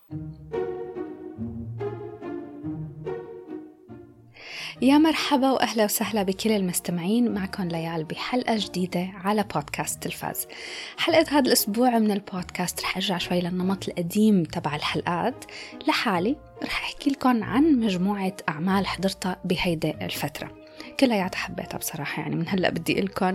يا مرحبا وأهلا وسهلا بكل المستمعين. معكم ليال بحلقة جديدة على بودكاست تلفاز. حلقة هذا الأسبوع من البودكاست رح أرجع شوي للنمط القديم تبع الحلقات لحالي. رح أحكي لكم عن مجموعة أعمال حضرتها بهيدي الفترة، كلها حبيتها بصراحة. يعني من هلأ بدي إلكن،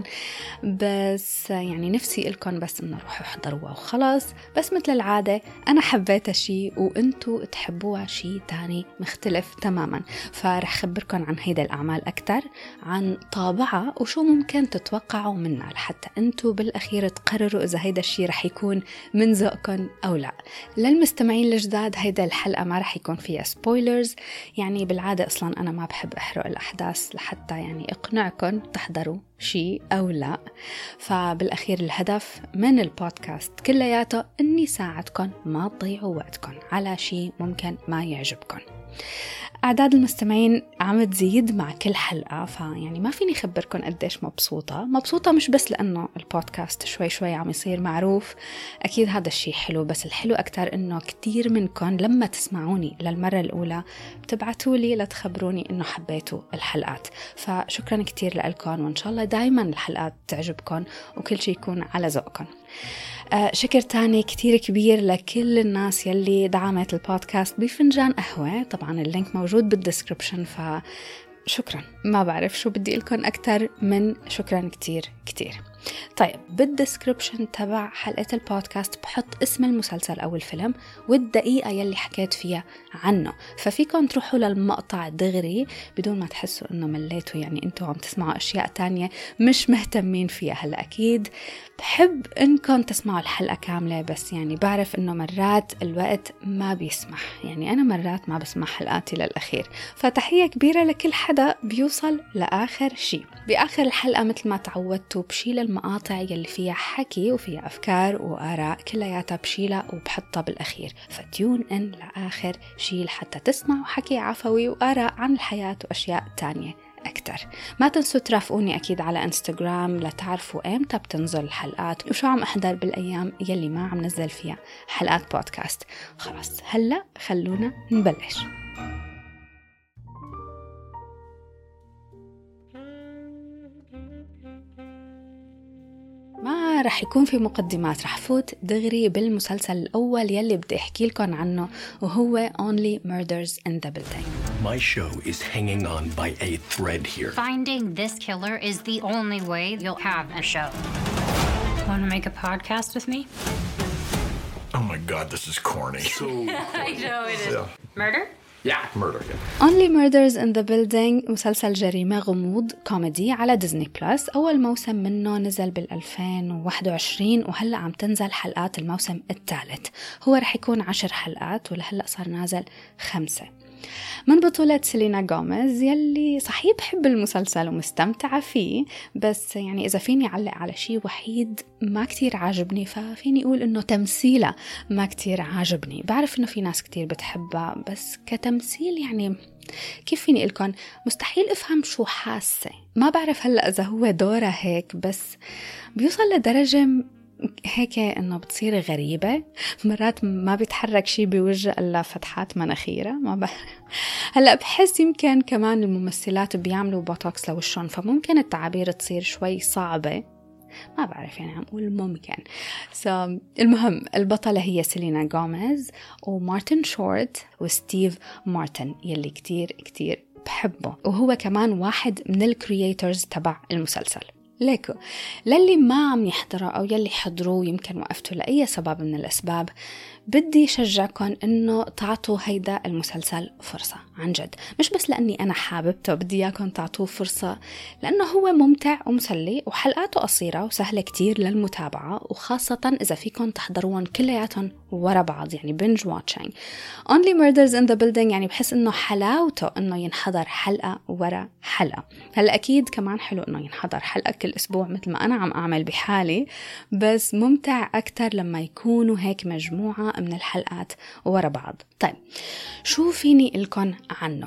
بس يعني نفسي إلكن بس إنه روحوا احضروها وخلاص. بس مثل العادة أنا حبيتها شيء وإنتوا تحبوها شيء تاني مختلف تماما، فرح خبركن عن هيدا الأعمال أكتر، عن طابعها وشو ممكن تتوقعوا منها، لحتى إنتوا بالأخير تقرروا إذا هيدا الشيء رح يكون من ذوقكن أو لا. للمستمعين الجداد هيدا الحلقة ما رح يكون فيها سبويلرز، يعني بالعادة أصلا أنا ما بحب أحرق الأحداث لحتى يعني اقنعكم تحضروا شيء او لا. فبالاخير الهدف من البودكاست كلياته اني ساعدكم ما تضيعوا وقتكم على شيء ممكن ما يعجبكم. أعداد المستمعين عم تزيد مع كل حلقة، فيعني ما فيني خبركم قديش مبسوطة، مش بس لأنه البودكاست شوي شوي عم يصير معروف، أكيد هذا الشيء حلو، بس الحلو أكتر إنه كتير منكم لما تسمعوني للمرة الأولى بتبعتولي لتخبروني إنه حبيتوا الحلقات. فشكرا كتير لكم، وإن شاء الله دايما الحلقات تعجبكم وكل شيء يكون على ذوقكم. شكر تاني كتير كبير لكل الناس يلي دعمت البودكاست بفنجان قهوة، طبعا اللينك موجود بالديسكريبشن، فشكرا. ما بعرف شو بدي لكم أكتر من شكرا كتير. طيب، بالديسكريبشن تبع حلقة البودكاست بحط اسم المسلسل أو الفيلم والدقيقة يلي حكيت فيها عنه، ففيكم تروحوا للمقطع دغري بدون ما تحسوا إنه مليتوا، يعني أنتوا عم تسمعوا أشياء تانية مش مهتمين فيها. هلأ أكيد بحب إنكم تسمعوا الحلقة كاملة، بس يعني بعرف إنه مرات الوقت ما بيسمح، يعني أنا مرات ما بسمع حلقاتي للأخير، فتحية كبيرة لكل حدا بيوصل لآخر شيء. بآخر الحلقة مثل ما تعودتوا بشيل المقاطع يلي فيها حكي وفيها أفكار وآراء، كلياتها بشيلها وبحطها بالأخير، فتيون إن لآخر شيء حتى تسمعوا حكي عفوي وآراء عن الحياة وأشياء تانية أكتر. ما تنسوا ترافقوني أكيد على إنستغرام لتعرفوا إمتى بتنزل الحلقات وشو عم أحضر بالأيام يلي ما عم نزل فيها حلقات بودكاست. خلاص هلأ خلونا نبلش. ما رح يكون في مقدمات، رح فوت دغري بالمسلسل الأول يلي بدي أحكي لكم عنه، وهو Only Murders in the Building. My show is hanging on by a thread here. Finding this killer is the only way you'll have a show. Want to make a podcast with me? Oh my God, this is corny. So I know it is. Murder? yeah, murder. Only Murders in the Building مسلسل جريمة غموض كوميدي على ديزني بلس. أول موسم منه نزل بال2021 وهلأ عم تنزل حلقات الموسم الثالث. هو رح يكون 10 حلقات ولهلأ صار نازل 5. من بطولة سيلينا غوميز يلي صحيح بحب المسلسل ومستمتعة فيه، بس يعني إذا فيني أعلق على شيء وحيد ما كتير عاجبني ففيني أقول إنه تمثيلها ما كتير عاجبني. بعرف إنه في ناس كتير بتحبها، بس كتمثيل يعني كيف فيني لكم مستحيل أفهم شو حاسة. ما بعرف هلأ إذا هو دورة هيك، بس بيوصل لدرجة هيك إنه بتصير غريبة. مرات ما بيتحرك شي بوجه إلا فتحات مناخيرة. ما بعرف. هلأ بحس يمكن كمان الممثلات بيعملوا بوتوكس لوشون، فممكن التعابير تصير شوي صعبة. ما بعرف، يعني عم أقول ممكن. المهم البطلة هي سيلينا غوميز ومارتن شورت وستيف مارتن يلي كتير بحبه، وهو كمان واحد من الكرياتورز تبع المسلسل. ليكو للي ما عم يحضروا أو يلي حضروه يمكن وقفتوا لأي سبب من الأسباب، بدي شجعكم إنه تعطوا هيدا المسلسل فرصة عن جد. مش بس لأني أنا حاببته، بدي إياكم تعطوه فرصة لأنه هو ممتع ومسلي وحلقاته قصيرة وسهلة كتير للمتابعة، وخاصة إذا فيكم تحضروهم كلياتهم ورا بعض، يعني binge watching. Only Murders in the Building يعني بحس إنه حلاوته إنه ينحضر حلقة ورا حلقة. هلا أكيد كمان حلو إنه ينحضر حلقة كل أسبوع مثل ما أنا عم أعمل بحالي، بس ممتع أكتر لما يكونوا هيك مجموعة من الحلقات ورا بعض. طيب شو فيني لكم عنه؟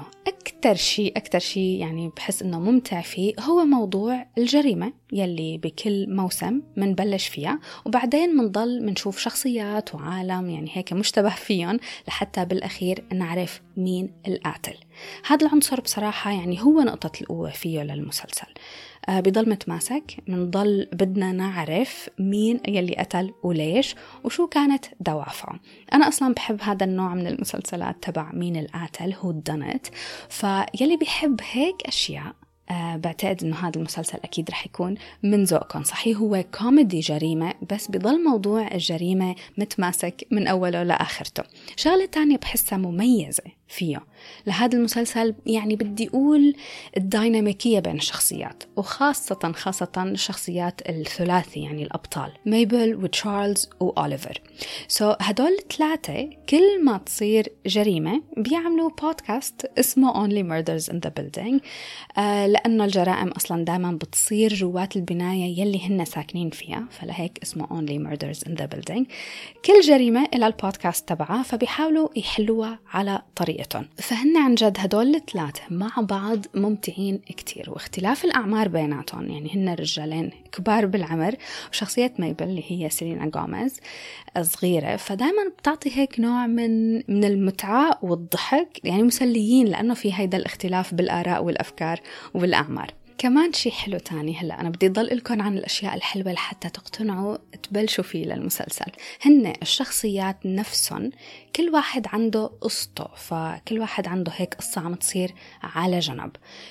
أكتر شيء يعني بحس إنه ممتع فيه هو موضوع الجريمة يلي بكل موسم منبلش فيها، وبعدين منضل منشوف شخصيات وعالم يعني هيك مشتبه فيهم لحتى بالأخير نعرف مين القاتل. هذا العنصر بصراحة يعني هو نقطة القوة فيه للمسلسل. بيضل متماسك، منضل بدنا نعرف مين يلي قتل وليش وشو كانت دوافعه. أنا أصلا بحب هذا النوع من المسلسلات تبع مين القاتل هو الدنت، فيلي بيحب هيك أشياء بعتقد إنه هذا المسلسل أكيد رح يكون من ذوقكم. صحيح هو كوميدي جريمة، بس بيضل موضوع الجريمة متماسك من أوله لآخرته. شغلة تانية بحسها مميزة فيه لهذا المسلسل يعني بدي أقول الديناميكية بين الشخصيات، وخاصة الشخصيات الثلاثي يعني الأبطال ميبل وتشارلز وأوليفر. هدول الثلاثة كل ما تصير جريمة بيعملوا بودكاست اسمه Only Murders in the Building، لأنه الجرائم أصلا دائما بتصير جوات البناية يلي هن ساكنين فيها، فلهيك اسمه Only Murders in the Building. كل جريمة إلى البودكاست تبعها، فبيحاولوا يحلوها على طريقتهم. فهن عن جد هدول الثلاثة مع بعض ممتعين كتير، واختلاف الأعمار بيناتهم يعني هن رجالين كبار بالعمر، وشخصية ميبل اللي هي سيلينا غوميز صغيرة، فدائما بتعطي هيك نوع من المتعة والضحك، يعني مسليين لأنه في هيدا الاختلاف بالآراء والأفكار وبالأعمار. كمان شيء حلو تاني، هلأ أنا بدي أضل لكم عن الأشياء الحلوة لحتى تقتنعوا تبلشوا فيه للمسلسل. هن الشخصيات نفسهم كل واحد عنده قصته، فكل واحد عنده هيك قصة عم تصير على جنب،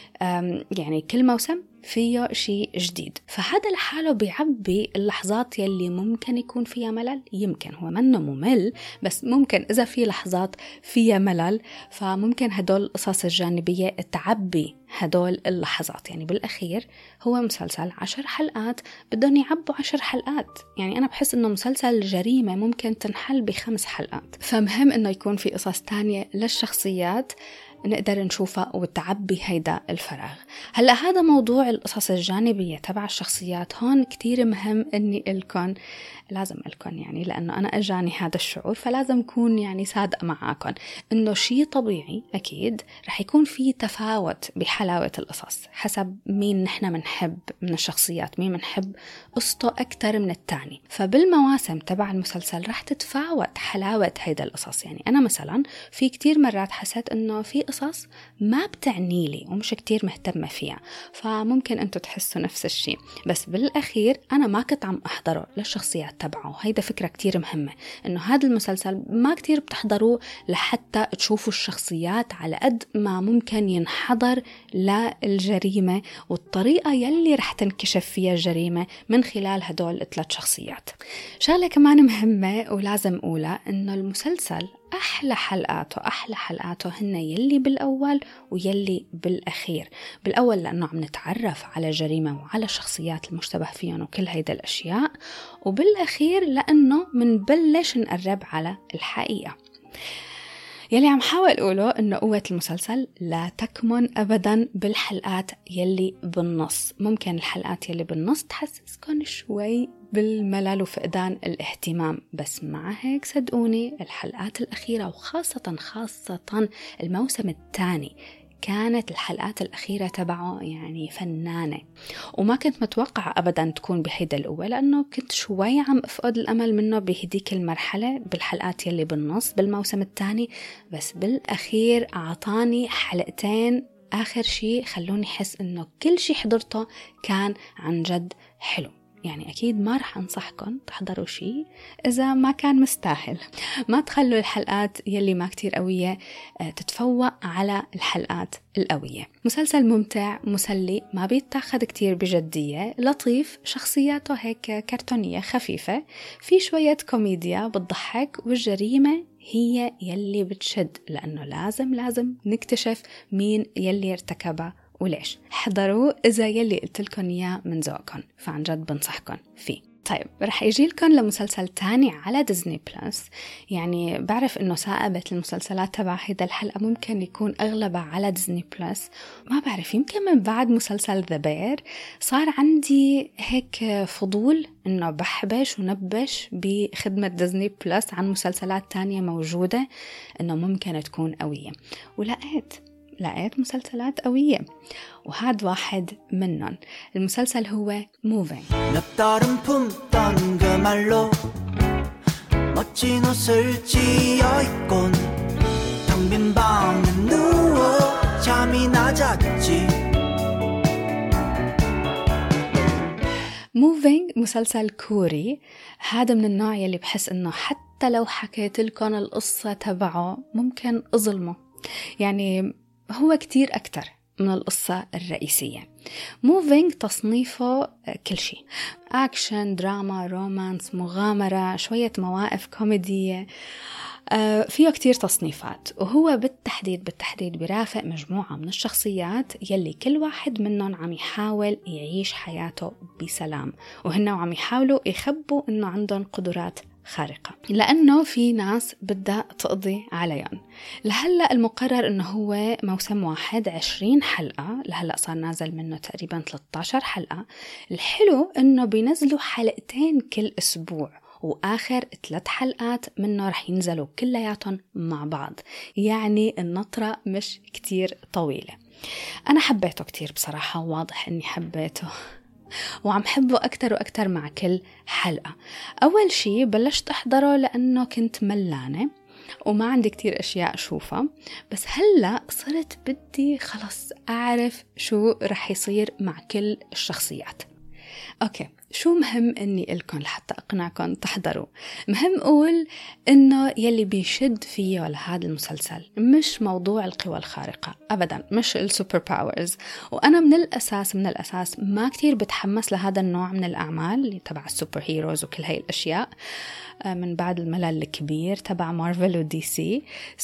يعني كل موسم فيه شيء جديد، فهذا لحاله بيعبي اللحظات يلي ممكن يكون فيها ملل. يمكن هو منه ممل، بس ممكن إذا في لحظات فيها ملل فممكن هدول القصص الجانبية تعبي هدول اللحظات. يعني بالأخير هو مسلسل 10 حلقات بدهم يعبوا 10 حلقات، يعني أنا بحس إنه مسلسل جريمة ممكن تنحل ب5 حلقات، فمهم إنه يكون في قصص تانية للشخصيات نقدر نشوفها وتعبي هيدا الفراغ. هلأ هذا موضوع القصص الجانبية تبع الشخصيات هون كتير مهم إني لازم لكم يعني، لأنه أنا أجاني هذا الشعور، فلازم أكون يعني صادقة معاكم إنه شيء طبيعي أكيد رح يكون في تفاوت بحلاوة القصص حسب مين نحن منحب من الشخصيات، مين منحب قصته أكتر من التاني. فبالمواسم تبع المسلسل رح تتفاوت حلاوة هيدا القصص. يعني أنا مثلا في كتير مرات حسيت إنه في قصص ما بتعني لي ومش كتير مهتمة فيها، فممكن أنتوا تحسوا نفس الشيء، بس بالأخير أنا ما كنت عم أحضره للشخصيات تبعه. هيدا فكرة كتير مهمة، إنه هذا المسلسل ما كتير بتحضروه لحتى تشوفوا الشخصيات على قد ما ممكن ينحضر للجريمة والطريقة يلي رح تنكشف فيها الجريمة من خلال هدول 3 شخصيات. شغلة كمان مهمة ولازم أقولها، إنه المسلسل أحلى حلقاته هن يلي بالأول ويلي بالأخير. بالأول لأنه عم نتعرف على الجريمة وعلى الشخصيات المشتبه فيهم وكل هيدا الأشياء، وبالأخير لأنه منبلش نقرب على الحقيقة. يلي عم حاول أقوله إنه قوة المسلسل لا تكمن أبداً بالحلقات يلي بالنص. ممكن الحلقات يلي بالنص تحسسكن شوي بالملل وفقدان الاهتمام، بس مع هيك صدقوني الحلقات الأخيرة وخاصة الموسم الثاني كانت الحلقات الأخيرة تبعه يعني فنانة، وما كنت متوقع أبدا تكون بهيدا القوة، لأنه كنت شوي عم أفقد الأمل منه بهديك المرحلة بالحلقات يلي بالنص بالموسم الثاني. بس بالأخير أعطاني حلقتين آخر شيء خلوني حس إنه كل شيء حضرته كان عن جد حلو. يعني أكيد ما رح أنصحكم تحضروا شيء إذا ما كان مستاهل. ما تخلوا الحلقات يلي ما كتير قوية تتفوق على الحلقات القوية. مسلسل ممتع مسلي، ما بيتاخد كتير بجدية، لطيف، شخصياته هيك كرتونية خفيفة، في شوية كوميديا بتضحك، والجريمة هي يلي بتشد، لأنه لازم نكتشف مين يلي ارتكبها وليش. حضروا إذا يلي قلت لكم إياه من ذوقكم، فعن جد بنصحكم فيه. طيب رح يجي لكم لمسلسل تاني على ديزني بلس. يعني بعرف إنه ثائبة المسلسلات تبع هيدا الحلقة ممكن يكون أغلبها على ديزني بلس، ما بعرف، يمكن من بعد مسلسل ذا بير صار عندي هيك فضول إنه بحبش ونبش بخدمة ديزني بلس عن مسلسلات تانية موجودة إنه ممكن تكون قوية، لقيت مسلسلات قوية، وهاد واحد منهم. المسلسل هو Moving. Moving مسلسل كوري، هذا من النوع يلي بحس إنه حتى لو حكيت لكم القصة تبعه ممكن أظلمه، يعني هو كتير أكتر من القصة الرئيسية. Moving تصنيفه كل شيء، أكشن، دراما، رومانس، مغامرة، شوية مواقف كوميدية، فيه كتير تصنيفات. وهو بالتحديد برافق مجموعة من الشخصيات يلي كل واحد منهم عم يحاول يعيش حياته بسلام، وهن عم يحاولوا يخبوا إنه عندهم قدرات خارقة، لأنه في ناس بدها تقضي عليهم. لهلأ المقرر إنه هو موسم واحد 20 حلقة، لهلأ صار نازل منه تقريبا 13 حلقة. الحلو إنه بينزلوا حلقتين كل أسبوع، وآخر 3 حلقات منه رح ينزلوا كلياتهم مع بعض، يعني النطرة مش كتير طويلة. أنا حبيته كتير بصراحة، واضح إني حبيته وعم حبه أكتر وأكتر مع كل حلقة. أول شي بلشت أحضره لأنه كنت ملانة وما عندي كتير أشياء أشوفها، بس هلأ صرت بدي خلص أعرف شو رح يصير مع كل الشخصيات. أوكي، شو مهم إني إلكن لحتى أقنعكم تحضروا؟ مهم أقول إنه يلي بيشد فيه لهذا المسلسل مش موضوع القوى الخارقة أبداً، مش السوبر باورز. وأنا من الأساس ما كتير بتحمس لهذا النوع من الأعمال اللي تبع السوبر هيروز وكل هاي الأشياء من بعد الملل الكبير تبع مارفل ودي سي.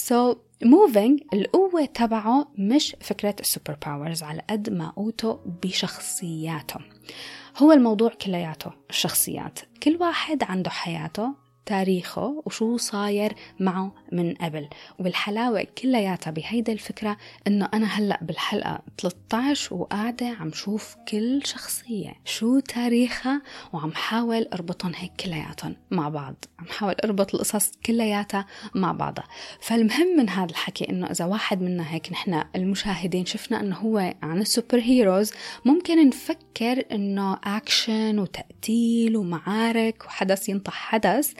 Moving القوة تبعه مش فكرة السوبر باورز على قد ما قوته بشخصياته. هو الموضوع كلياته الشخصيات، كل واحد عنده حياته، تاريخه، وشو صاير معه من قبل. والحلاوة كلياتها بهيدا الفكرة إنه أنا هلأ بالحلقة 13 وقاعدة عم شوف كل شخصية شو تاريخها، وعم حاول أربطهم هيك كلياتهم مع بعض، عم حاول أربط القصص كلياتها مع بعضها. فالمهم من هذا الحكي إنه إذا واحد منا هيك نحن المشاهدين شفنا إنه هو عن السوبر هيروز، ممكن نفكر إنه أكشن وتقتيل ومعارك وحدث ينطح حدث،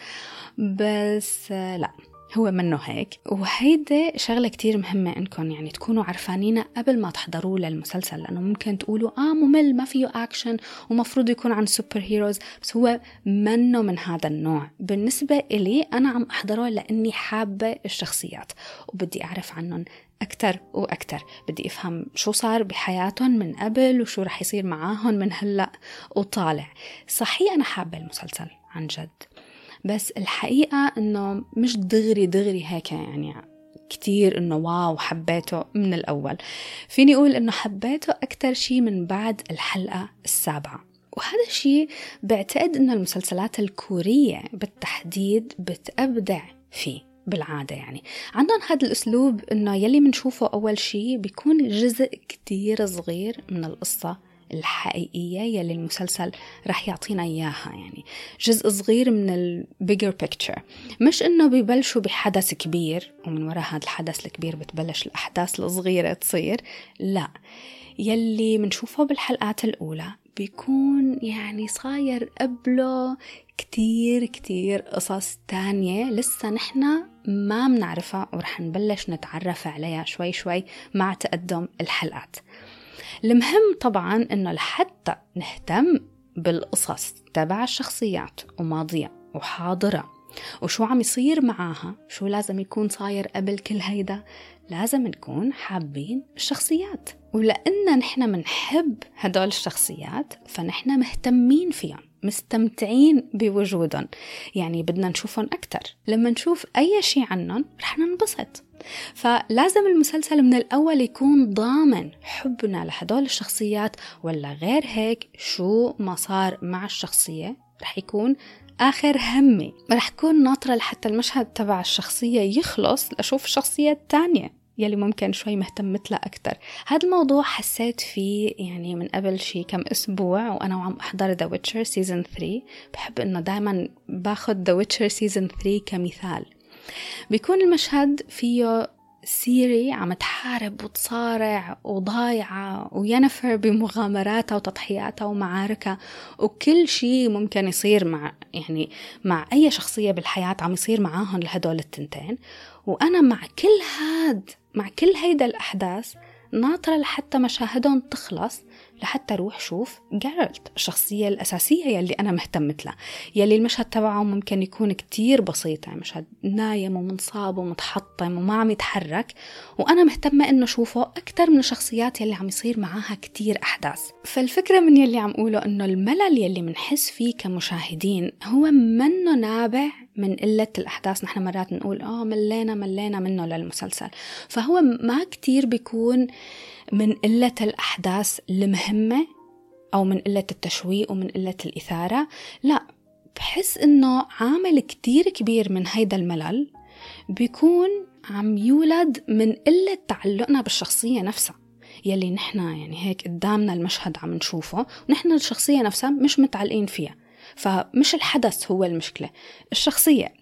بس لا، هو منه هيك. وهيدا شغلة كتير مهمة إنكم يعني تكونوا عرفانين قبل ما تحضروا للمسلسل، لأنه ممكن تقولوا ممل، ما فيه أكشن ومفروض يكون عن سوبر هيروز، بس هو منه من هذا النوع. بالنسبة إلي أنا عم أحضره لأني حابة الشخصيات وبدي أعرف عنهم أكتر وأكتر، بدي أفهم شو صار بحياتهم من قبل وشو رح يصير معاهم من هلأ وطالع. صحيح أنا حابة المسلسل عن جد، بس الحقيقة إنه مش دغري هيك يعني كتير إنه واو حبيته من الأول. فيني أقول إنه حبيته أكتر شي من بعد الحلقة 7. وهذا الشيء بعتقد إنه المسلسلات الكورية بالتحديد بتأبدع فيه بالعادة. يعني عندهم هذا الأسلوب إنه يلي منشوفه أول شيء بيكون جزء كتير صغير من القصة الحقيقية يلي المسلسل رح يعطينا إياها، يعني جزء صغير من البيجر picture. مش إنه بيبلشوا بحدث كبير ومن وراء هذا الحدث الكبير بتبلش الأحداث الصغيرة تصير، لا، يلي منشوفه بالحلقات الأولى بيكون يعني صاير قبله كتير قصص تانية لسه نحنا ما منعرفها، ورح نبلش نتعرف عليها شوي مع تقدم الحلقات. المهم طبعا إنه لحتى نهتم بالقصص تبع الشخصيات وماضيها وحاضرها وشو عم يصير معاها، شو لازم يكون صاير قبل كل هيدا، لازم نكون حابين الشخصيات. ولأننا نحن منحب هدول الشخصيات فنحن مهتمين فيهم، مستمتعين بوجودهم، يعني بدنا نشوفهم أكتر. لما نشوف أي شيء عنهم رح ننبسط. فلازم المسلسل من الأول يكون ضامن حبنا لهدول الشخصيات، ولا غير هيك شو ما صار مع الشخصية رح يكون آخر همي. رح كون ناطرة لحتى المشهد تبع الشخصية يخلص لأشوف الشخصية التانية يلي ممكن شوي مهتمت لها أكتر. هذا الموضوع حسيت فيه يعني من قبل شي كم أسبوع وأنا عم أحضر The Witcher Season 3. بحب إنه دايما باخد The Witcher Season 3 كمثال. بيكون المشهد فيه سيري عم تحارب وتصارع وضايعة، وينفر بمغامراتها وتضحياتها ومعاركها، وكل شيء ممكن يصير مع أي شخصية بالحياة عم يصير معاهم لهدول التنتين. وأنا مع كل هيدا الأحداث ناطرة لحتى مشاهدهم تخلص لحتى روح شوف جيرالت الشخصية الأساسية يلي أنا مهتمت لها، يلي المشهد تبعه ممكن يكون كتير بسيط، يعني مشهد نايم ومنصاب ومتحطم وما عم يتحرك، وأنا مهتمة إنه شوفه أكتر من الشخصيات يلي عم يصير معاها كتير أحداث. فالفكرة من يلي عم قوله إنه الملل يلي منحس فيه كمشاهدين هو منه نابع من قلة الأحداث. نحن مرات نقول ملينا منه للمسلسل، فهو ما كتير بيكون من قلة الأحداث المهمة أو من قلة التشويق ومن قلة الإثارة. لا، بحس إنه عامل كتير كبير من هيدا الملل بيكون عم يولد من قلة تعلقنا بالشخصية نفسها يلي نحن يعني هيك قدامنا المشهد عم نشوفه ونحن الشخصية نفسها مش متعلقين فيها. فمش الحدث هو المشكلة، الشخصية.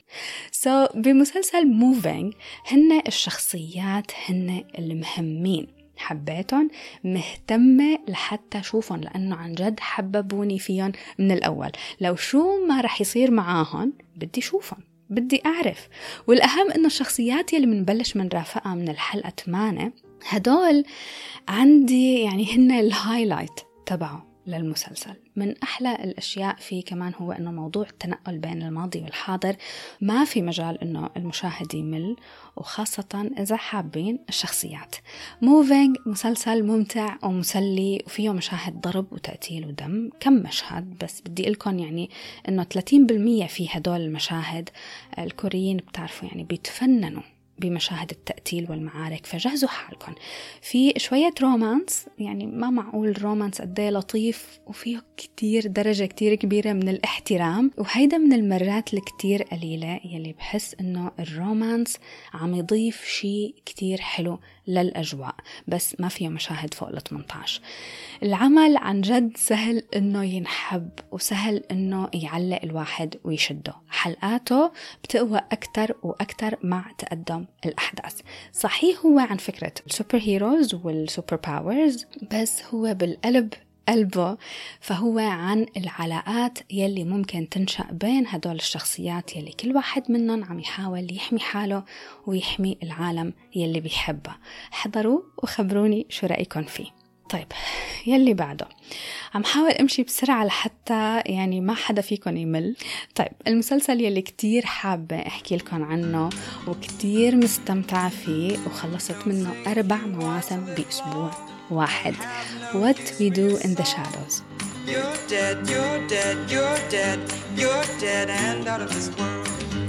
بمسلسل موفينج هن الشخصيات هن المهمين، حبيتهم، مهتمة لحتى أشوفهم لأنه عن جد حببوني فيهم من الأول. لو شو ما رح يصير معاهم بدي شوفهم، بدي أعرف. والأهم إنه الشخصيات يلي منبلش من رافقها من الحلقة 8 هدول عندي يعني هن الهايلايت تبعه للمسلسل. من أحلى الأشياء فيه كمان هو أنه موضوع التنقل بين الماضي والحاضر ما في مجال أنه المشاهد يمل، وخاصة إذا حابين الشخصيات. موفينج مسلسل ممتع ومسلي وفيه مشاهد ضرب وتقتيل ودم، كم مشهد بس بدي لكم يعني أنه 30% في هدول المشاهد. الكوريين بتعرفوا يعني بيتفننوا بمشاهد التقتيل والمعارك، فجهزوا حالكم. في شوية رومانس، يعني ما معقول رومانس قديه لطيف، وفيه كتير درجة كتير كبيرة من الاحترام، وهيدا من المرات الكتير قليلة يلي بحس انه الرومانس عم يضيف شيء كتير حلو للأجواء، بس ما فيه مشاهد فوق ال 18. العمل عن جد سهل انه ينحب وسهل انه يعلق الواحد ويشده. حلقاته بتقوى أكتر وأكتر مع تقدم الأحداث. صحيح هو عن فكرة السوبر هيروز والسوبر باورز، بس هو بالقلب قلبه فهو عن العلاقات يلي ممكن تنشأ بين هدول الشخصيات يلي كل واحد منهم عم يحاول يحمي حاله ويحمي العالم يلي بيحبه. حضروا وخبروني شو رأيكم فيه. طيب يلي بعده عم حاول امشي بسرعة لحتى يعني ما حدا فيكم يمل. طيب المسلسل يلي كتير حابة احكي لكم عنه وكتير مستمتعة فيه وخلصت منه 4 مواسم بأسبوع واحد. What We Do in the Shadows. You're dead, you're dead, you're dead, you're dead and out of this world.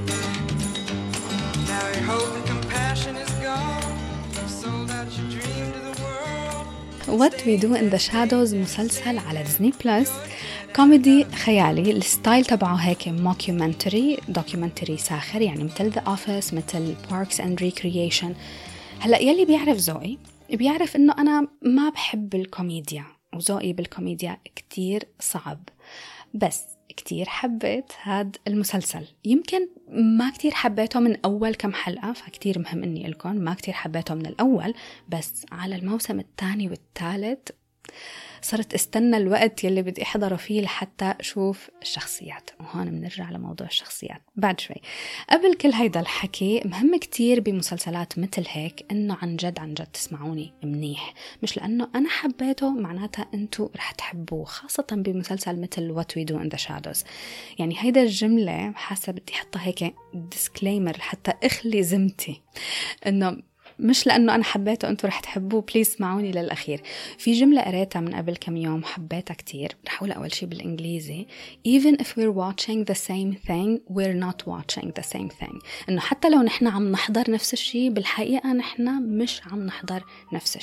Now your hope and compassion is gone. You've sold out your dream to the world. What We Do in the Shadows مسلسل على ديزني بلس، كوميدي خيالي. الستايل تبعه هيك دوكيومنتري ساخر، يعني مثل The Office، مثل Parks and Recreation. هلأ يلي بيعرف ذوقي بيعرف إنه أنا ما بحب الكوميديا، وذوقي بالكوميديا كتير صعب، بس كتير حبيت هاد المسلسل. يمكن ما كتير حبيته من أول كم حلقة، فكتير مهم إني لكم ما كتير حبيته من الأول، بس على الموسم الثاني والثالث صرت استنى الوقت يلي بدي أحضره فيه لحتى أشوف الشخصيات. وهون بنرجع لموضوع الشخصيات بعد شوي. قبل كل هيدا الحكي، مهم كتير بمسلسلات مثل هيك إنه عن جد تسمعوني منيح، مش لأنه أنا حبيته معناتها أنتوا رح تحبوه، خاصة بمسلسل مثل What We Do in the Shadows. يعني هيدا الجملة حاسة بدي حطها هيك disclaimer حتى أخلي زمتي، إنه مش لأنه أنا حبيته أنتوا رح تحبوه، بليز اسمعوني للأخير. في جملة قريتها من قبل كم يوم حبيتها كتير، رح أقول أول شي بالإنجليزي: Even if we're watching the same thing, we're not watching the same thing. إنه حتى لو نحنا عم نحضر نفس الشي، بالحقيقة نحنا مش عم نحضر نفس الشي.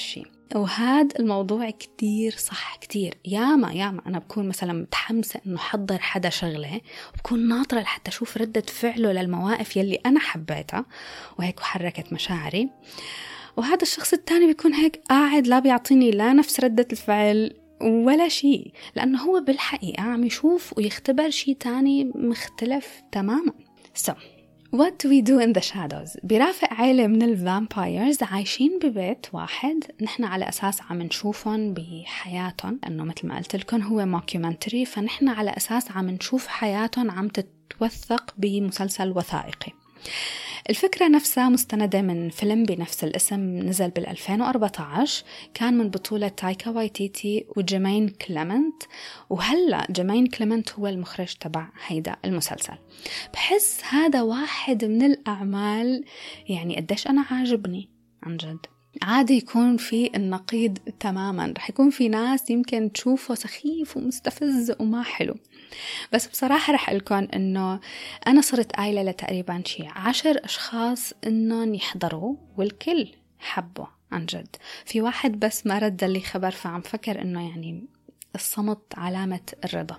وهذا الموضوع كتير صح كتير. ياما أنا بكون مثلا متحمسة إنه حضر حدا شغلة، وبكون ناطرة لحتى أشوف ردة فعله للمواقف يلي أنا حبيتها وهيك وحركت مشاعري، وهذا الشخص التاني بيكون هيك قاعد لا بيعطيني لا نفس ردة الفعل ولا شيء، لأنه هو بالحقيقة عم يشوف ويختبر شيء تاني مختلف تماما. So What we do in the shadows بيرافق عائلة من الفامبايرز عايشين ببيت واحد. نحن على أساس عم نشوفهم بحياتهم، لأنه مثل ما قلت لكم هو موكيومنتري، فنحن على أساس عم نشوف حياتهم عم تتوثق بمسلسل وثائقي. الفكرة نفسها مستندة من فيلم بنفس الاسم نزل بال2014، كان من بطولة تايكا وايتيتي وجيمين كليمنت، وهلأ جيمين كليمنت هو المخرج تبع هيدا المسلسل. بحس هذا واحد من الأعمال يعني قديش أنا عاجبني عن جد. عادي يكون في النقيض تماما، رح يكون في ناس يمكن تشوفه سخيف ومستفز وما حلو، بس بصراحة رح أقولكم إنه أنا صرت قايلة لتقريبا شي 10 أشخاص إنهم يحضروا والكل حبوا عن جد. في واحد بس ما رد لي خبر، فعم فكر إنه يعني الصمت علامة الرضا.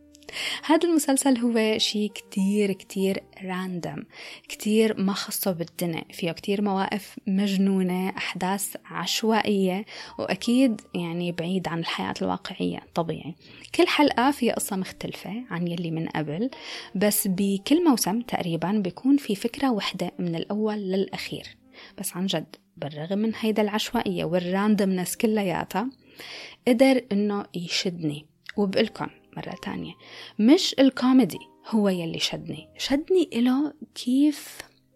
هذا المسلسل هو شيء كتير كتير راندم، كتير ما خصه بالدنيا، فيه كتير مواقف مجنونة، أحداث عشوائية، وأكيد يعني بعيد عن الحياة الواقعية طبيعي. كل حلقة فيها قصة مختلفة عن يلي من قبل، بس بكل موسم تقريبا بيكون في فكرة وحدة من الأول للأخير. بس عن جد بالرغم من هيدا العشوائية والراندمنس كلياتها قدر إنه يشدني. وبقلكم مرة تانية، مش الكوميدي هو يلي شدني إله كيف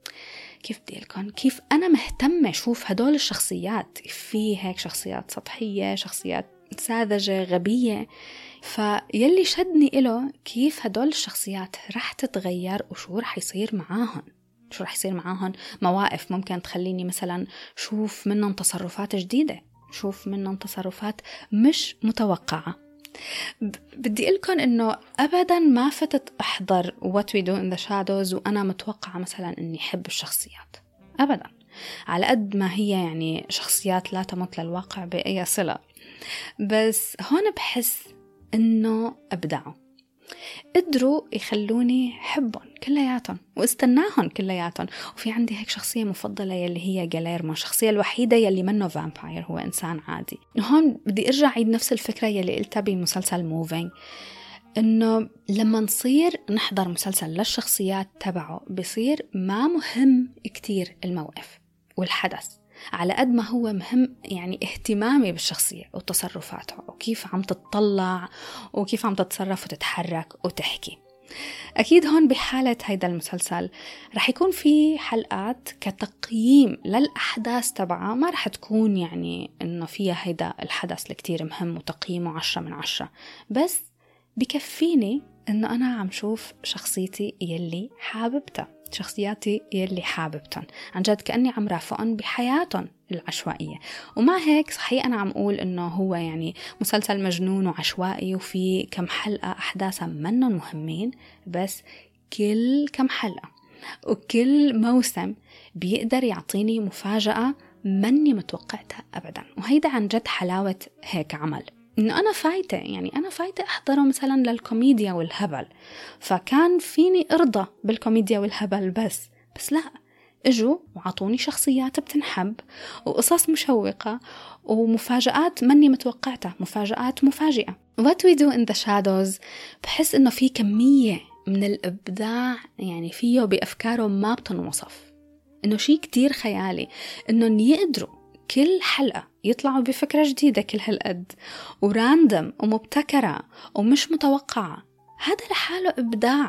بدي لكم، كيف أنا مهتمة أشوف هدول الشخصيات. في هيك شخصيات سطحية، شخصيات ساذجة غبية، فيلي شدني إله كيف هدول الشخصيات رح تتغير وشو رح يصير معاهن. مواقف ممكن تخليني مثلا شوف منهم تصرفات جديدة، شوف منهم تصرفات مش متوقعة. بدي أقولكم إنه أبداً ما فتت أحضر What We Do in the Shadows وأنا متوقعة مثلاً إني حب الشخصيات أبداً، على قد ما هي يعني شخصيات لا تمت للواقع بأي صلة. بس هون بحس إنه أبدعوا، قدروا يخلوني حبهم كلياتهم واستناهم كلياتهم. وفي عندي هيك شخصية مفضلة يلي هي جاليرمو، الشخصية الوحيدة يلي منه فامباير، هو إنسان عادي. هون بدي أرجع عيد نفس الفكرة يلي قلتها بمسلسل موفينج، إنه لما نصير نحضر مسلسل للشخصيات تبعه بصير ما مهم كتير الموقف والحدث على قد ما هو مهم يعني اهتمامي بالشخصية وتصرفاتها وكيف عم تتطلع وكيف عم تتصرف وتتحرك وتحكي. أكيد هون بحالة هيدا المسلسل رح يكون في حلقات كتقييم للأحداث تبعها، ما رح تكون يعني إنه فيها هيدا الحدث الكتير مهم وتقييمه 10 من 10، بس بكفيني إنه أنا عم شوف شخصيتي يلي حاببتها، شخصياتي يلي حاببتهم عن جد، كأني عم رافقهم بحياتهم العشوائية. ومع هيك صحيح أنا عم أقول إنه هو يعني مسلسل مجنون وعشوائي وفي كم حلقة أحداثها منهم مهمين، بس كل كم حلقة وكل موسم بيقدر يعطيني مفاجأة مني متوقعتها أبدا. وهيدا عن جد حلاوة هيك عمل، إنه أنا فايتة أحضره مثلا للكوميديا والهبل، فكان فيني أرضى بالكوميديا والهبل، بس لا، اجوا وعطوني شخصيات بتنحب وقصص مشوقة ومفاجآت مني متوقعتها، مفاجآت مفاجئة. What we do in the shadows بحس إنه في كمية من الإبداع يعني فيه بأفكاره ما بتنوصف، إنه شيء كتير خيالي، إنه يقدروا كل حلقة يطلعوا بفكرة جديدة كل هالقد وراندم ومبتكرة ومش متوقعة. هذا لحاله إبداع،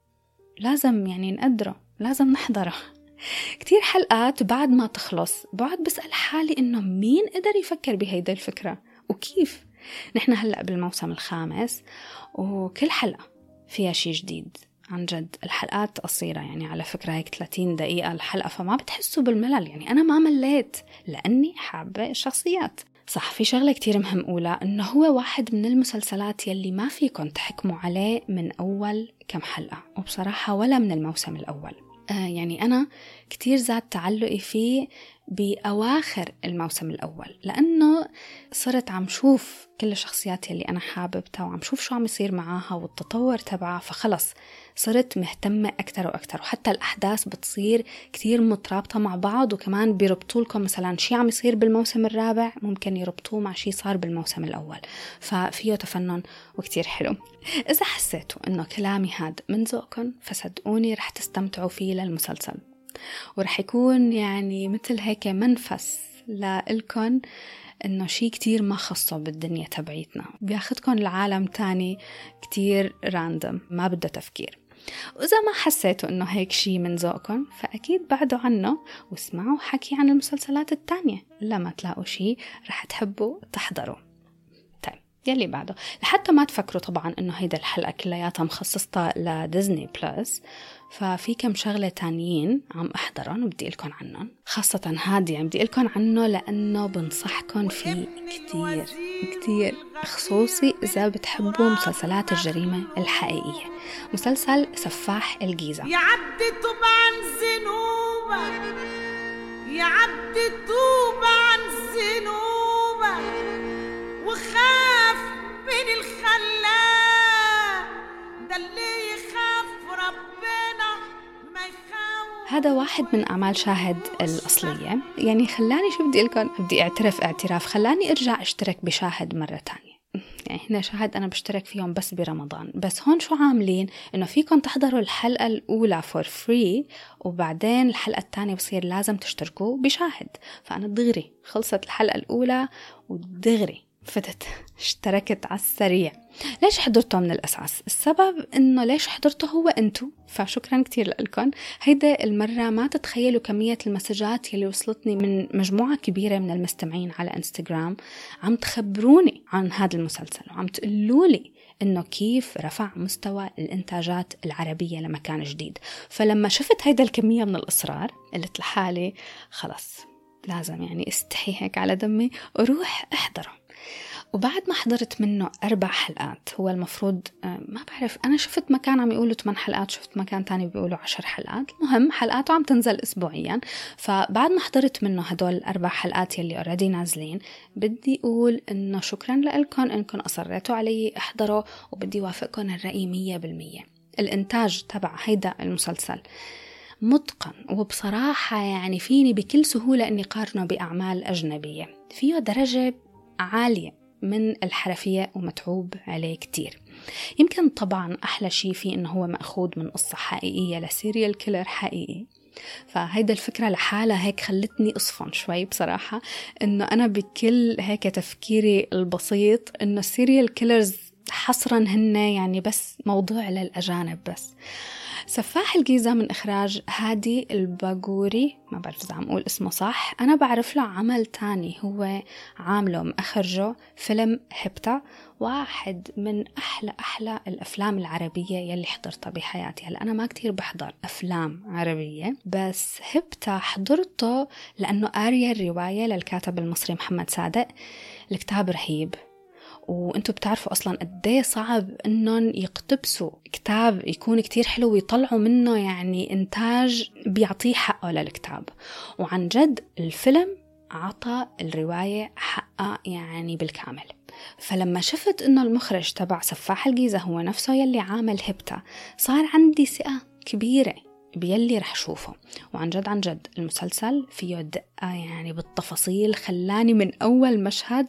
لازم يعني نقدره، لازم نحضره. كتير حلقات بعد ما تخلص بقعد بسأل حالي إنه مين قدر يفكر بهيدا الفكرة وكيف. نحن هلأ بالموسم الخامس وكل حلقة فيها شي جديد عن جد. الحلقات قصيرة يعني على فكرة هيك 30 دقيقة الحلقة، فما بتحسوا بالملل، يعني أنا ما مليت لأني حابة الشخصيات. صح، في شغلة كتير مهم أولى، إنه هو واحد من المسلسلات يلي ما فيكن تحكموا عليه من أول كم حلقة، وبصراحة ولا من الموسم الأول. يعني أنا كتير زاد تعلقي فيه بأواخر الموسم الأول، لأنه صرت عم شوف كل الشخصيات اللي أنا حاببتها وعم شوف شو عم يصير معاها والتطور تبعها، فخلص صرت مهتمة أكتر وأكتر. وحتى الأحداث بتصير كتير مترابطة مع بعض، وكمان بيربطوا لكم مثلا شي عم يصير بالموسم الرابع ممكن يربطوه مع شي صار بالموسم الأول، ففيه تفنن وكتير حلو. إذا حسيتوا إنه كلامي هاد من ذوقكم فصدقوني رح تستمتعوا فيه للمسلسل، ورح يكون يعني مثل هيك منفس لإلكن إنه شيء كتير ما خصه بالدنيا تبعيتنا، بياخدكن العالم تاني كتير راندم ما بده تفكير. وإذا ما حسيتوا إنه هيك شيء من ذوقكم فأكيد بعدوا عنه واسمعوا حكي عن المسلسلات التانية، لما تلاقوا شيء رح تحبوا تحضروا. طيب يلي بعده، لحتى ما تفكروا طبعا إنه هيدا الحلقة كلياتها مخصصة لديزني بلس، ففي كم شغلة تانيين عم أحضرهم وبدي لكم عنهم، خاصة هادي عم بدي لكم عنه لأنه بنصحكم فيه كتير كتير، خصوصي إذا بتحبوا مسلسلات الجريمة الحقيقية. مسلسل سفاح الجيزة. يا عبد توب عن ذنوبك، يا عبد توب عن ذنوبك، وخاف من الخلاق، ده اللي يخاف ربنا ما يخاف. هذا واحد من أعمال شاهد الأصلية، يعني خلاني شو بدي لكم، بدي أعترف اعتراف، خلاني أرجع أشترك بشاهد مرة تانية. يعني هنا شاهد أنا بشترك فيهم بس برمضان، بس هون شو عاملين إنه فيكم تحضروا الحلقة الأولى for free، وبعدين الحلقة الثانية بصير لازم تشتركوا بشاهد. فأنا دغري خلصت الحلقة الأولى ودغري فتت اشتركت على السريع. ليش حضرته من الأساس؟ السبب إنه ليش حضرته هو أنتو، فشكرا كتير لكم. هيدا المرة ما تتخيلوا كمية المسجات يلي وصلتني من مجموعة كبيرة من المستمعين على انستغرام عم تخبروني عن هذا المسلسل وعم تقولولي إنه كيف رفع مستوى الإنتاجات العربية لمكان جديد. فلما شفت هيدا الكمية من الإصرار قلت لحالي خلص لازم يعني استحي هيك على دمي وروح احضره. وبعد ما حضرت منه 4 حلقات، هو المفروض ما بعرف، أنا شفت مكان عم يقولوا 8 حلقات، شفت مكان تاني بيقولوا 10 حلقات، المهم حلقاته عم تنزل أسبوعيا. فبعد ما حضرت منه هدول 4 حلقات يلي already نازلين، بدي أقول إنه شكرا لكم إنكم أصريتوا علي احضروا، وبدي وافقكم الرأي 100%. الإنتاج تبع هيدا المسلسل متقن، وبصراحة يعني فيني بكل سهولة أني قارنه بأعمال أجنبية، فيه درجة عالية من الحرفية ومتعوب عليه كتير. يمكن طبعا أحلى شيء فيه إنه هو مأخوذ من قصة حقيقية لسيريال كيلر حقيقي، فهيدا الفكرة لحالها هيك خلتني أصفن شوي بصراحة، إنه أنا بكل هيك تفكيري البسيط إنه السيريال كيلرز حصرا هن يعني بس موضوع للأجانب بس. سفاح الجيزة من إخراج هادي الباغوري، ما بعرف إذا عم أقول اسمه صح. أنا بعرف له عمل تاني هو عامله مأخرجه فيلم هبتة، واحد من أحلى الأفلام العربية يلي حضرتها بحياتي. هلأ أنا ما كتير بحضر أفلام عربية، بس هبتة حضرته لأنه قارية الرواية للكاتب المصري محمد صادق. الكتاب رهيب، وانتوا بتعرفوا أصلا قديه صعب إنهم يقتبسوا كتاب يكون كتير حلو ويطلعوا منه يعني إنتاج بيعطيه حقه للكتاب. وعن جد الفيلم عطى الرواية حقها يعني بالكامل. فلما شفت إنه المخرج تبع سفاح الجيزة هو نفسه يلي عامل هبتة، صار عندي ثقة كبيرة بيلي رح شوفه. وعن جد المسلسل فيه دقة يعني بالتفاصيل، خلاني من أول مشهد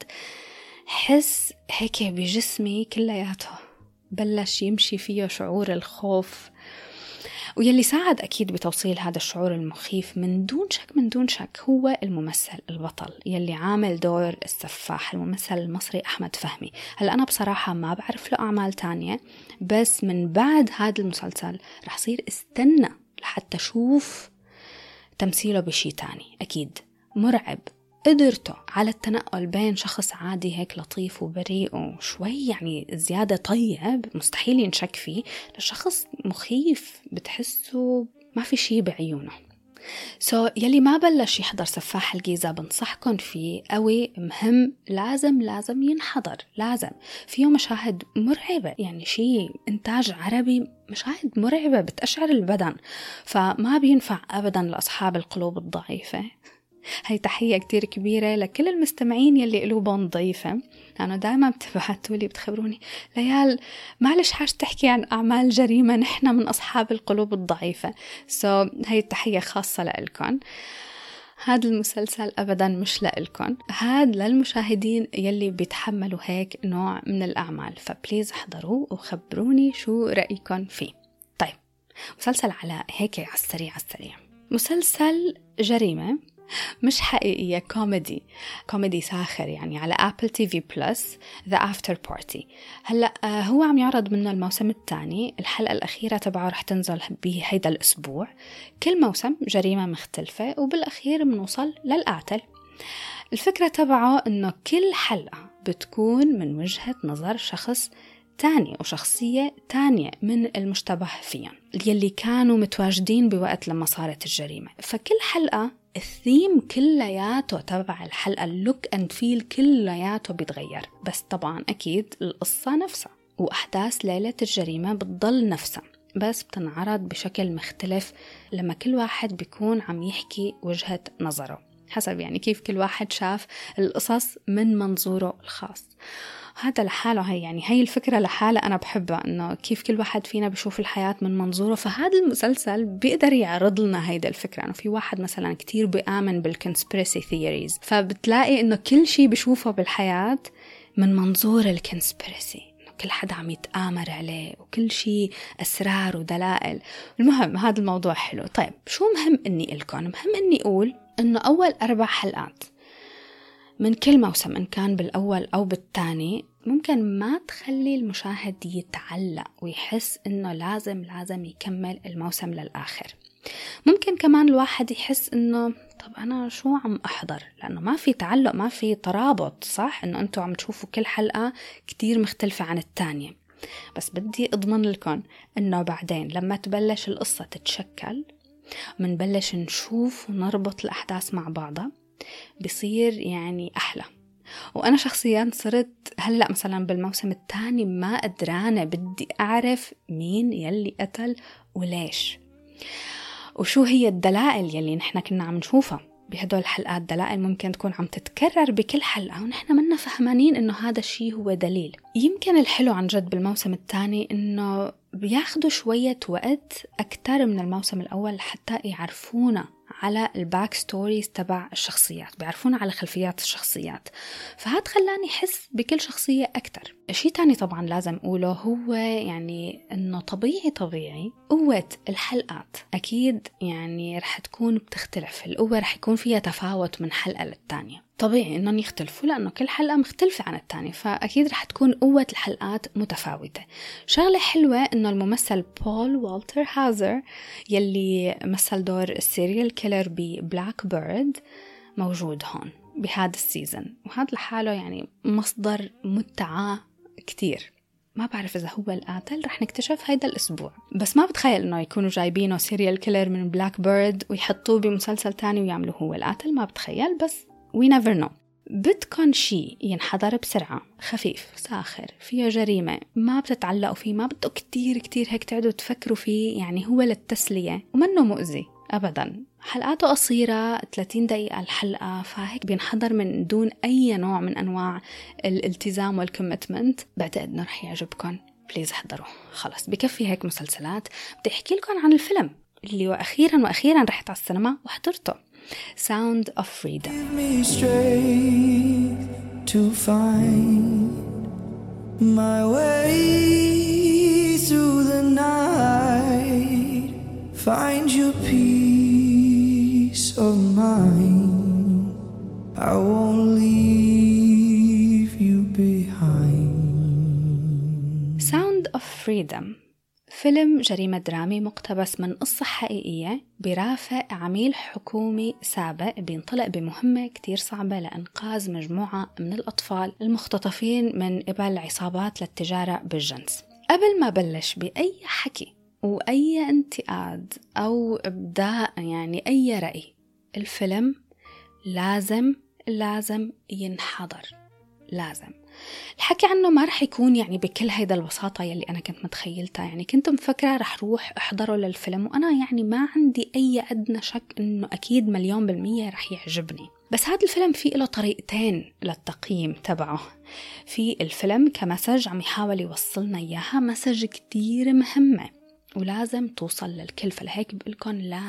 حس هيك بجسمي كلياته بلش يمشي فيه شعور الخوف، ويلي ساعد أكيد بتوصيل هذا الشعور المخيف من دون شك هو الممثل البطل يلي عامل دور السفاح، الممثل المصري أحمد فهمي. هلأ أنا بصراحة ما بعرف له أعمال تانية، بس من بعد هذا المسلسل رح صير استنى لحتى شوف تمثيله بشي تاني. أكيد مرعب، قدرته على التنقل بين شخص عادي هيك لطيف وبريء وشوي يعني زيادة طيب مستحيل ينشك فيه، لشخص مخيف بتحسه ما في شي بعيونه. يلي ما بلش يحضر سفاح الجيزة بنصحكم فيه قوي، مهم، لازم ينحضر، لازم. فيه مشاهد مرعبة، يعني شي إنتاج عربي، مشاهد مرعبة بتأشعر البدن، فما بينفع أبدا لأصحاب القلوب الضعيفة هاي تحية كتير كبيرة لكل المستمعين يلي قلوبهم ضعيفة. أنا دائما بتبعتولي بتخبروني ليال معلش حاج تحكي عن أعمال جريمة، نحن من أصحاب القلوب الضعيفة. هاي التحية خاصة لإلكن. هذا المسلسل أبدا مش لإلكن، هذا للمشاهدين يلي بيتحملوا هيك نوع من الأعمال، فبليز احضروه وخبروني شو رأيكم فيه. طيب، مسلسل على هيك على السريع مسلسل جريمة مش حقيقية، كوميدي ساخر يعني، على أبل تي في بلس، The After Party. هلأ هو عم يعرض منه الموسم الثاني، الحلقة الأخيرة تبعه رح تنزل بهيدا الأسبوع. كل موسم جريمة مختلفة وبالأخير منوصل للقاتل. الفكرة تبعه إنه كل حلقة بتكون من وجهة نظر شخص تاني وشخصية تانية من المشتبه فيهم يلي كانوا متواجدين بوقت لما صارت الجريمة. فكل حلقة الثيم كلياته تبع الحلقة، اللوك أند فيل كلياته بيتغير، بس طبعا أكيد القصة نفسها وأحداث ليلة الجريمة بتضل نفسها، بس بتنعرض بشكل مختلف لما كل واحد بيكون عم يحكي وجهة نظره، حسب يعني كيف كل واحد شاف القصص من منظوره الخاص. هذا لحاله هي الفكرة لحالة أنا بحبها، إنه كيف كل واحد فينا بيشوف الحياة من منظوره. فهذا المسلسل بيقدر يعرض لنا هيدا الفكرة، إنه في واحد مثلا كتير بيآمن بالكونسبيرسي ثيوريز، فبتلاقي إنه كل شيء بيشوفه بالحياة من منظور الكونسبيرسي، إنه كل حدا عم يتآمر عليه وكل شيء أسرار ودلائل. المهم هذا الموضوع حلو. طيب، شو مهم إني أقول؟ مهم إني أقول إنه أول 4 حلقات من كل موسم، إن كان بالأول أو بالثاني، ممكن ما تخلي المشاهد يتعلق ويحس إنه لازم يكمل الموسم للآخر. ممكن كمان الواحد يحس إنه طب أنا شو عم أحضر، لأنه ما في تعلق، ما في ترابط، صح؟ إنه أنتوا عم تشوفوا كل حلقة كتير مختلفة عن الثانية. بس بدي أضمن لكم إنه بعدين لما تبلش القصة تتشكل، منبلش نشوف ونربط الأحداث مع بعضها، بيصير يعني أحلى. وأنا شخصيا صرت هلأ مثلا بالموسم الثاني ما قدرانة، بدي أعرف مين يلي قتل وليش، وشو هي الدلائل يلي نحنا كنا عم نشوفها بهدول الحلقات. دلائل ممكن تكون عم تتكرر بكل حلقة ونحنا منا فهمانين إنه هذا الشيء هو دليل. يمكن الحلو عن جد بالموسم الثاني إنه بياخدوا شوية وقت أكتر من الموسم الأول حتى يعرفونا على الباك ستوريز تبع الشخصيات، بيعرفونا على خلفيات الشخصيات، فهاد خلاني حس بكل شخصية أكتر. شيء تاني طبعا لازم أقوله هو يعني إنه طبيعي قوة الحلقات أكيد يعني رح تكون بتختلف، القوة رح يكون فيها تفاوت من حلقة للتانية، طبيعي إنهم يختلفوا لأنه كل حلقة مختلفة عن التانية، فأكيد رح تكون قوة الحلقات متفاوتة. شغلة حلوة إنه الممثل بول والتر هاوزر يلي مثل دور السيريال كيلر ببلاك بيرد موجود هون بهذا السيزن، وهذا لحاله يعني مصدر متعة كتير. ما بعرف إذا هو القاتل، رح نكتشف هيدا الأسبوع، بس ما بتخيل إنه يكونوا جايبينه سيريال كيلر من بلاك بيرد ويحطوه بمسلسل تاني ويعملوه هو القاتل، ما بتخيل، بس we never know. بدكن شيء ينحضر بسرعة، خفيف ساخر، فيه جريمة، ما بتتعلقوا فيه، ما بدو كتير هيك تقعدوا تفكروا فيه، يعني هو للتسلية ومنه مؤذي أبدا. حلقاته قصيرة 30 دقيقة الحلقة، فهيك بينحضر من دون أي نوع من أنواع الالتزام والكوميتمنت. بعتقد إنه رح يعجبكم، بليز احضروا. خلاص بكفي هيك مسلسلات. بدي أحكي لكم عن الفيلم اللي أخيرا رحت على السينما وحضرته، Sound of Freedom. Give me strength to find my way through the night, find your peace of mind, I won't leave you behind. Sound of Freedom فيلم جريمة درامي مقتبس من قصة حقيقية برافق عميل حكومي سابق بينطلق بمهمة كتير صعبة لإنقاذ مجموعة من الأطفال المختطفين من قبل عصابات للتجارة بالجنس. قبل ما بلش بأي حكي وأي انتقاد أو إبداء يعني أي رأي، الفيلم لازم ينحضر، لازم. الحكي عنه ما رح يكون يعني بكل هيدا البساطة يلي أنا كنت متخيلتها. يعني كنت مفكرة رح روح أحضره للفيلم وأنا يعني ما عندي أي أدنى شك إنه أكيد 100% رح يعجبني. بس هذا الفيلم فيه له طريقتين للتقييم تبعه. في الفيلم كمسج عم يحاول يوصلنا إياها، مسج كتير مهمة ولازم توصل للكل، فلهيك بقولكم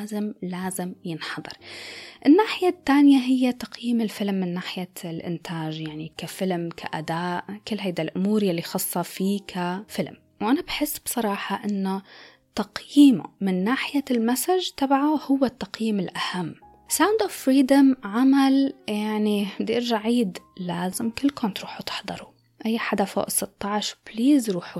لازم ينحضر. الناحية الثانية هي تقييم الفيلم من ناحية الإنتاج، يعني كفيلم، كأداء، كل هيدا الأمور يلي خاصة فيه كفيلم. وأنا بحس بصراحة أنه تقييمه من ناحية المسج تبعه هو التقييم الأهم. Sound of Freedom عمل يعني بدي أرجع عيد، لازم كلكم تروحوا تحضروا. أي حدا فوق 16 بليز روحوا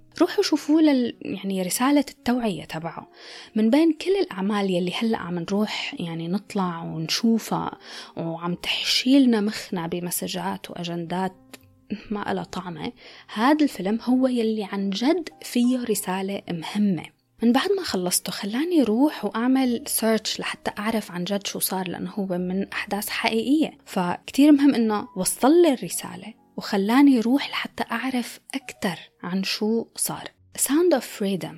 شوفوا يعني رسالة التوعية تبعه. من بين كل الأعمال يلي هلأ عم نروح يعني نطلع ونشوفها وعم تحشيلنا مخنا بمسجات وأجندات ما لها طعمة، هذا الفيلم هو يلي عن جد فيه رسالة مهمة. من بعد ما خلصته خلاني روح وأعمل سيرش لحتى أعرف عن جد شو صار، لأنه هو من أحداث حقيقية، فكتير مهم إنه وصل لي الرسالة وخلاني روح لحتى أعرف أكتر عن شو صار. Sound of Freedom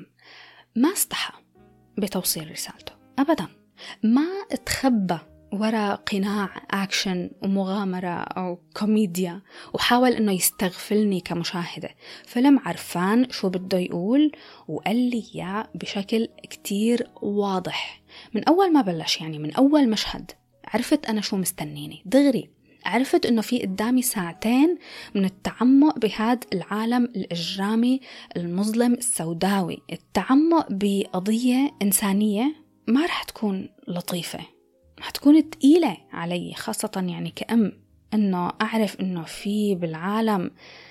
ما استحى بتوصيل رسالته أبدا، ما اتخبى وراء قناع أكشن ومغامرة أو كوميديا وحاول أنه يستغفلني كمشاهدة. فيلم عرفان شو بده يقول وقال لي إياه بشكل كتير واضح من أول ما بلش. يعني من أول مشهد عرفت أنا شو مستنيني دغري، عرفت أنه في قدامي ساعتين من التعمق بهذا العالم الإجرامي المظلم السوداوي، التعمق بقضية إنسانية ما رح تكون لطيفة، هتكون تقيلة علي، خاصة يعني كأم أنه أعرف أنه في بالعالم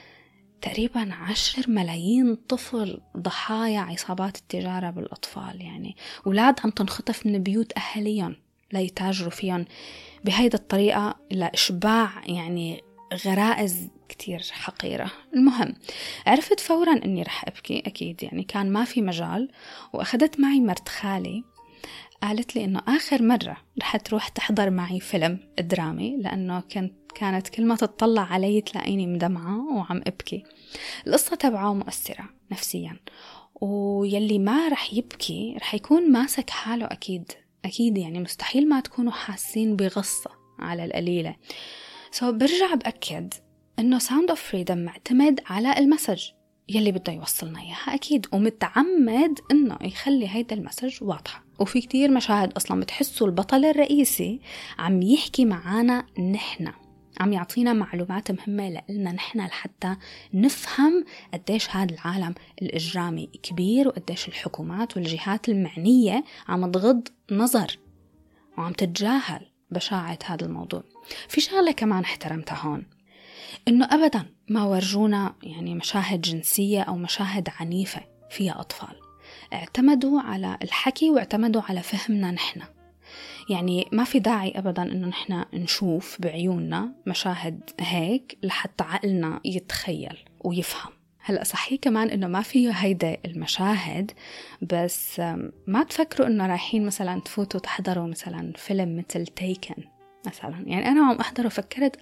تقريبا 10 ملايين طفل ضحايا عصابات التجارة بالأطفال. يعني أولاد عم تنخطف من بيوت أهليهم ليتاجروا فيهم بهيدا الطريقة لإشباع يعني غرائز كتير حقيرة. المهم عرفت فورا أني رح أبكي أكيد، يعني كان ما في مجال. وأخذت معي مرت خالي، قالت لي إنه آخر مرة رح تروح تحضر معي فيلم درامي، لأنه كانت كل ما تطلع علي تلاقيني مدمعة وعم أبكي. القصة تبعه مؤثرة نفسيا، ويلي ما رح يبكي رح يكون ماسك حاله أكيد يعني مستحيل ما تكونوا حاسين بغصة على القليلة. برجع بأكد إنه Sound of Freedom معتمد على المسج يلي بده يوصلنا إياها أكيد، ومتعمد إنه يخلي هيدا المسج واضحة. وفي كتير مشاهد أصلا بتحسوا البطل الرئيسي عم يحكي معانا نحنا، عم يعطينا معلومات مهمة لنا نحنا لحتى نفهم قديش هذا العالم الإجرامي كبير، وقديش الحكومات والجهات المعنية عم تغض نظر وعم تتجاهل بشاعة هذا الموضوع. في شغلة كمان احترمتها هون، إنه أبدا ما ورجونا يعني مشاهد جنسية أو مشاهد عنيفة فيها أطفال. اعتمدوا على الحكي واعتمدوا على فهمنا نحنا. يعني ما في داعي أبدا إنه نحنا نشوف بعيوننا مشاهد هيك لحتى عقلنا يتخيل ويفهم. هلأ صحيح كمان إنه ما فيه هيدا المشاهد، بس ما تفكروا إنه رايحين مثلا تفوتوا تحضروا مثلا فيلم مثل تيكن مثلا. يعني أنا عم أحضر وفكرت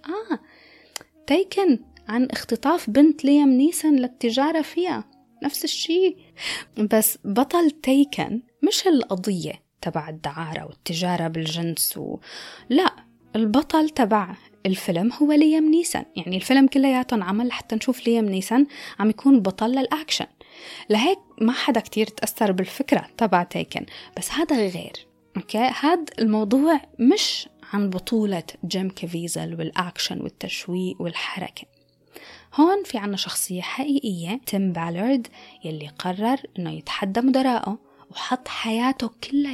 تيكن عن اختطاف بنت ليام نيسون للتجارة فيها، نفس الشيء. بس بطل تيكن مش القضية تبع الدعارة والتجارة بالجنس لا، البطل تبع الفيلم هو ليام نيسون. يعني الفيلم كلياته عمل حتى نشوف ليام نيسون عم يكون بطل للأكشن. لهيك ما حدا كتير تأثر بالفكرة تبع تيكن، بس هذا غير. هذا الموضوع مش عن بطولة جيم كافيزل والأكشن والتشويق والحركة. هون في عنا شخصية حقيقية، تيم بالارد، يلي قرر إنه يتحدى مدراءه وحط حياته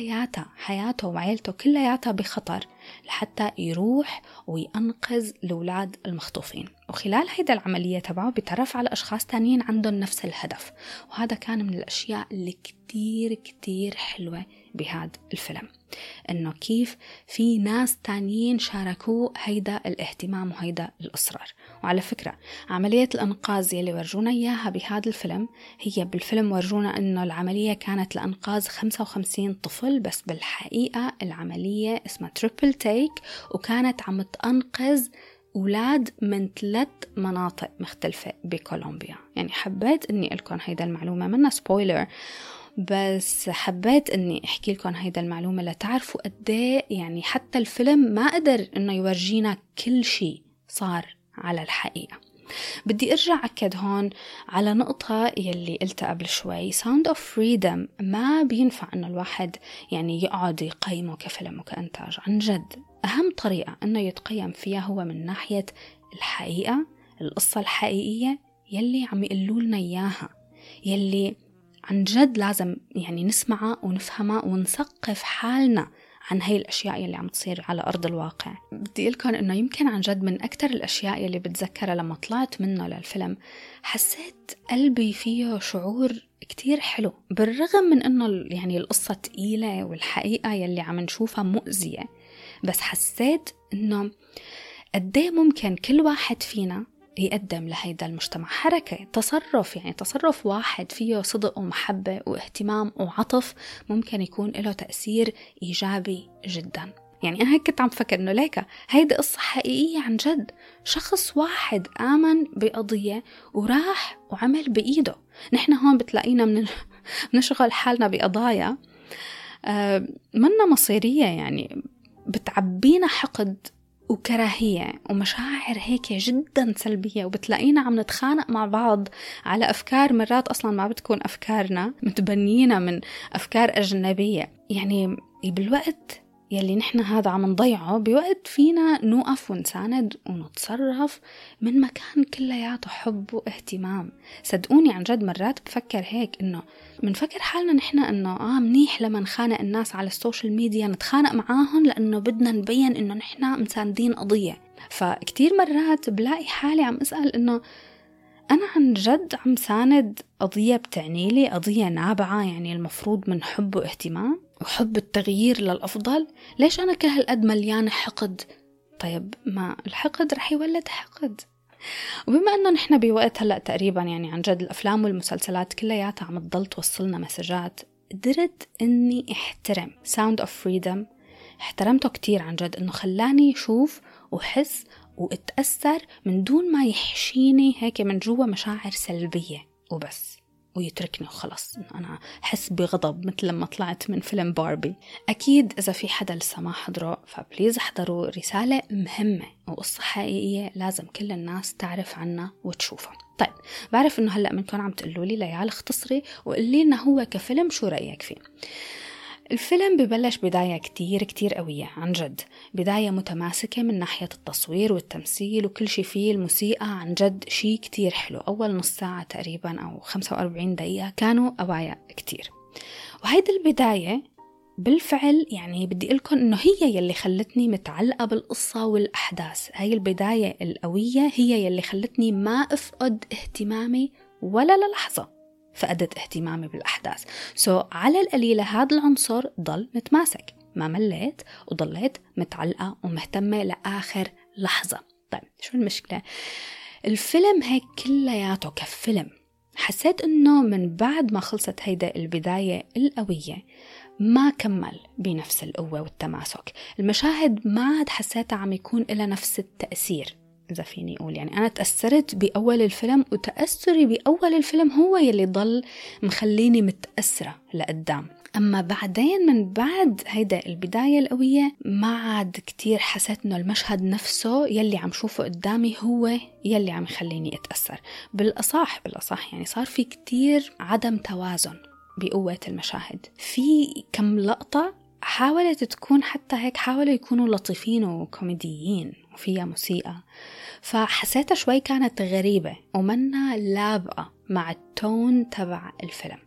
وعائلته كلياتها بخطر لحتى يروح وينقذ الأولاد المخطوفين. وخلال هيدا العملية تبعه بيتعرف على أشخاص تانيين عندهم نفس الهدف، وهذا كان من الأشياء اللي كتير حلوة بهذا الفيلم، إنه كيف في ناس تانيين شاركوا هيدا الاهتمام وهيدا الإصرار. وعلى فكرة عملية الإنقاذ يلي ورجونا إياها بهذا الفيلم، هي بالفيلم ورجونا إنه العملية كانت لإنقاذ 55 طفل، بس بالحقيقة العملية اسمها تريبل تيك، وكانت عم تنقذ أولاد من 3 مناطق مختلفة بكولومبيا. يعني حبيت أني ألكم هيدا المعلومة، منا سبويلر، بس حبيت أني أحكي لكم هيدا المعلومة لتعرفوا قديه يعني حتى الفيلم ما قدر أنه يورجينا كل شيء صار على الحقيقة. بدي أرجع أكد هون على نقطة يلي قلتها قبل شوي. Sound of Freedom ما بينفع أنه الواحد يعني يقعد يقيمه كفيلم وكإنتاج. عن جد أهم طريقة أنه يتقيم فيها هو من ناحية الحقيقة، القصة الحقيقية يلي عم يقولوا لنا إياها، يلي عن جد لازم يعني نسمعها ونفهمها ونثقف حالنا عن هاي الأشياء يلي عم تصير على أرض الواقع. بدي لكم إنه يمكن عن جد من أكتر الأشياء يلي بتذكرها لما طلعت منه للفيلم، حسيت قلبي فيه شعور كتير حلو، بالرغم من إنه يعني القصة تقيلة والحقيقة يلي عم نشوفها مؤذية، بس حسيت إنه قديه ممكن كل واحد فينا يقدم لهيدا المجتمع حركة، تصرف، يعني تصرف واحد فيه صدق ومحبة واهتمام وعطف ممكن يكون له تأثير إيجابي جدا. يعني أنا هيك كنت عم فكر إنه ليك هيدا قصة حقيقية عن جد، شخص واحد آمن بقضية وراح وعمل بإيده. نحن هون بتلاقينا بنشغل حالنا بقضايا منا مصيرية، يعني بتعبينا حقد وكراهية ومشاعر هيك جدا سلبية، وبتلاقينا عم نتخانق مع بعض على أفكار مرات أصلا ما بتكون أفكارنا، متبنينا من أفكار أجنبية. يعني بالوقت يلي نحن هذا عم نضيعه بوقت فينا نوقف ونساند ونتصرف من مكان كلياته حب واهتمام. صدقوني عن جد مرات بفكر هيك إنه منفكر حالنا نحن إنه منيح لما نخانق الناس على السوشيال ميديا، نتخانق معاهم لأنه بدنا نبين إنه نحن مساندين قضية. فكتير مرات بلاقي حالي عم أسأل إنه أنا عن جد عم ساند قضية بتعني لي، قضية نابعة يعني المفروض من حب واهتمام وحب التغيير للأفضل؟ ليش أنا كل هالقد مليان حقد؟ طيب ما الحقد رح يولد حقد. وبما أنه نحن بوقت هلأ تقريبا يعني عن جد الأفلام والمسلسلات كلياتها عم تضل توصلنا مسجات، قدرت أني احترم Sound of Freedom. احترمته كتير عن جد، أنه خلاني شوف وحس واتأثر من دون ما يحشيني هيك من جوا مشاعر سلبية وبس ويتركني وخلص أنا حس بغضب مثل لما طلعت من فيلم باربي. أكيد إذا في حدا لسه ما حضره فبليز احضروا، رسالة مهمة وقصة حقيقية لازم كل الناس تعرف عنها وتشوفها. طيب بعرف إنه هلأ منكم عم تقولوا لي ليال اختصري وقولي لنا هو كفيلم شو رأيك فيه. الفيلم ببلش بداية كتير قوية عن جد، بداية متماسكة من ناحية التصوير والتمثيل وكل شي فيه. الموسيقى عن جد شي كتير حلو، أول نص ساعة تقريبا أو 45 دقيقة كانوا قوايا كتير. وهيدا البداية بالفعل يعني بدي أقولكم إنه هي يلي خلتني متعلقة بالقصة والأحداث. هاي البداية القوية هي يلي خلتني ما أفقد اهتمامي ولا للحظة فقدت اهتمامي بالأحداث. على القليلة هذا العنصر ضل متماسك، ما مليت وضليت متعلقة ومهتمة لآخر لحظة. طيب شو المشكلة؟ الفيلم هيك كلياته كفيلم حسيت إنه من بعد ما خلصت هيدا البداية القوية ما كمل بنفس القوة والتماسك. المشاهد ما عاد حسيتها عم يكون إلى نفس التأثير، إذا فيني أقول. يعني أنا تأثرت بأول الفيلم وتأثري بأول الفيلم هو يلي ضل مخليني متأثرة لقدام. أما بعدين من بعد هيدا البداية القوية ما عاد كتير حسيت إنه المشهد نفسه يلي عم شوفه قدامي هو يلي عم يخليني أتأثر. بالأصح يعني صار في كتير عدم توازن بقوة المشاهد. في كم لقطة حاولت تكون حتى هيك، حاولوا يكونوا لطيفين وكوميديين وفيها موسيقى، فحسيتها شوي كانت غريبة ومنها لابقة مع التون تبع الفيلم،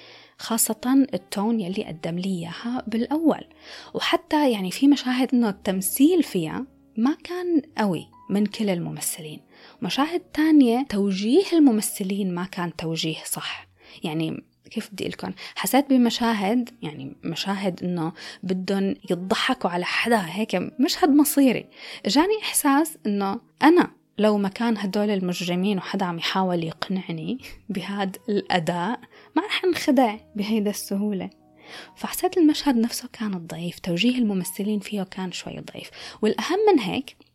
خاصة التون يلي قدم لي إياها بالأول. وحتى يعني في مشاهد إنه التمثيل فيها ما كان قوي من كل الممثلين، مشاهد تانية توجيه الممثلين ما كان توجيه صح. يعني كيف بدي لكم، حسيت بمشاهد يعني مشاهد إنه بدهم يضحكوا على حدا هيك مشهد مصيري، جاني إحساس إنه أنا لو مكان هدول المجرمين وحدا عم يحاول يقنعني بهذا الأداء ما رح نخدع بهيدا السهولة. فحسيت المشهد نفسه كان ضعيف، توجيه الممثلين فيه كان شوي ضعيف. والأهم من هيك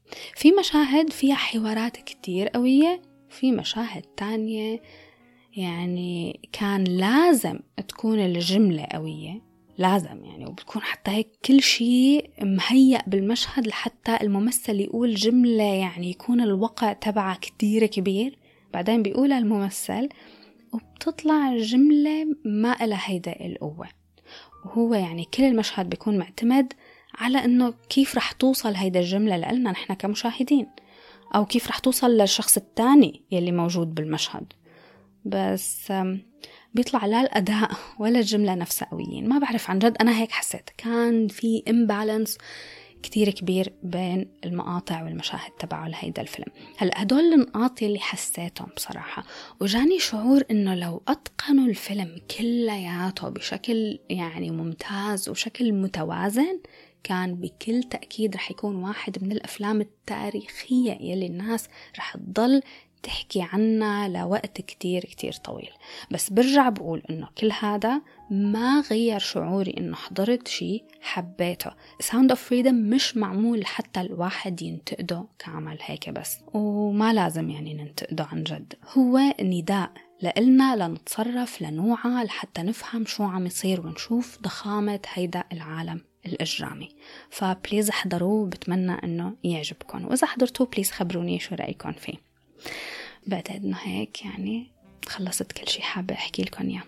في مشاهد فيها حوارات كتير قوية، في مشاهد تانية يعني كان لازم تكون الجملة قوية، لازم يعني، وبتكون حتى هيك كل شيء مهيأ بالمشهد لحتى الممثل يقول جملة يعني يكون الوقع تبعها كتير كبير، بعدين بيقولها الممثل وبتطلع جملة ما إلها هيدا القوة. وهو يعني كل المشهد بيكون معتمد على إنه كيف رح توصل هيدا الجملة لنا نحن كمشاهدين، أو كيف رح توصل للشخص التاني يلي موجود بالمشهد. بس بيطلع لا الأداء ولا الجملة نفسها قويين. ما بعرف، عن جد أنا هيك حسيت كان في imbalance كتير كبير بين المقاطع والمشاهد تبعه لهيدا الفيلم. هلأ هدول النقاط اللي حسيتهم بصراحة، وجاني شعور إنه لو أتقنوا الفيلم كلياته بشكل يعني ممتاز وشكل متوازن، كان بكل تأكيد رح يكون واحد من الأفلام التاريخية يلي الناس رح تضل تحكي عنها لوقت كتير كتير طويل. بس برجع بقول إنه كل هذا ما غير شعوري إنه حضرت شيء حبيته. Sound of Freedom مش معمول حتى الواحد ينتقده كعمل هيك بس، وما لازم يعني ننتقده، عن جد هو نداء لإلنا لنتصرف لنوعى لحتى نفهم شو عم يصير ونشوف ضخامة هيدا العالم الإجرامي. فبليز احضروه، بتمنى إنه يعجبكم، وإذا حضرتوه بليز خبروني شو رأيكم فيه. بعتقد إنه هيك يعني خلصت كل شيء حابة أحكي لكم إياه.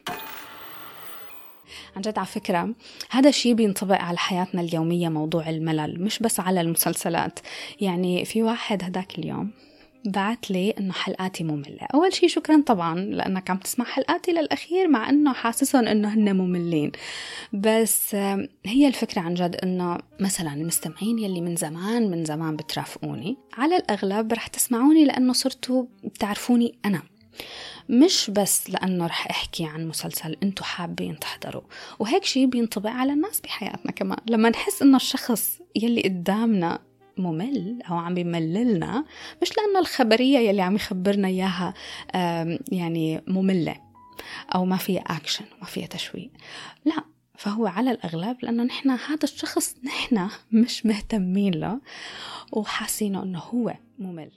عن جد على فكرة هذا الشيء بينطبق على حياتنا اليومية، موضوع الملل، مش بس على المسلسلات. يعني في واحد هداك اليوم بعت لي إنه حلقاتي مملة. أول شيء شكرا طبعا لأنك عم تسمع حلقاتي للأخير، مع إنه حاسسهم إنه هن مملين. بس هي الفكرة عن جد إنه مثلا المستمعين يلي من زمان بترافقوني، على الأغلب رح تسمعوني لأنه صرتوا بتعرفوني أنا، مش بس لأنه رح أحكي عن مسلسل أنتوا حابين تحضروا. وهيك شيء بينطبق على الناس بحياتنا كمان. لما نحس إنه الشخص يلي قدامنا ممل أو عم بيمللنا، مش لأنه الخبرية يلي عم يخبرنا إياها يعني مملة أو ما فيها أكشن وما فيها تشويق، لا، فهو على الأغلب لأنه نحن هذا الشخص نحن مش مهتمين له وحاسينه أنه هو ممل.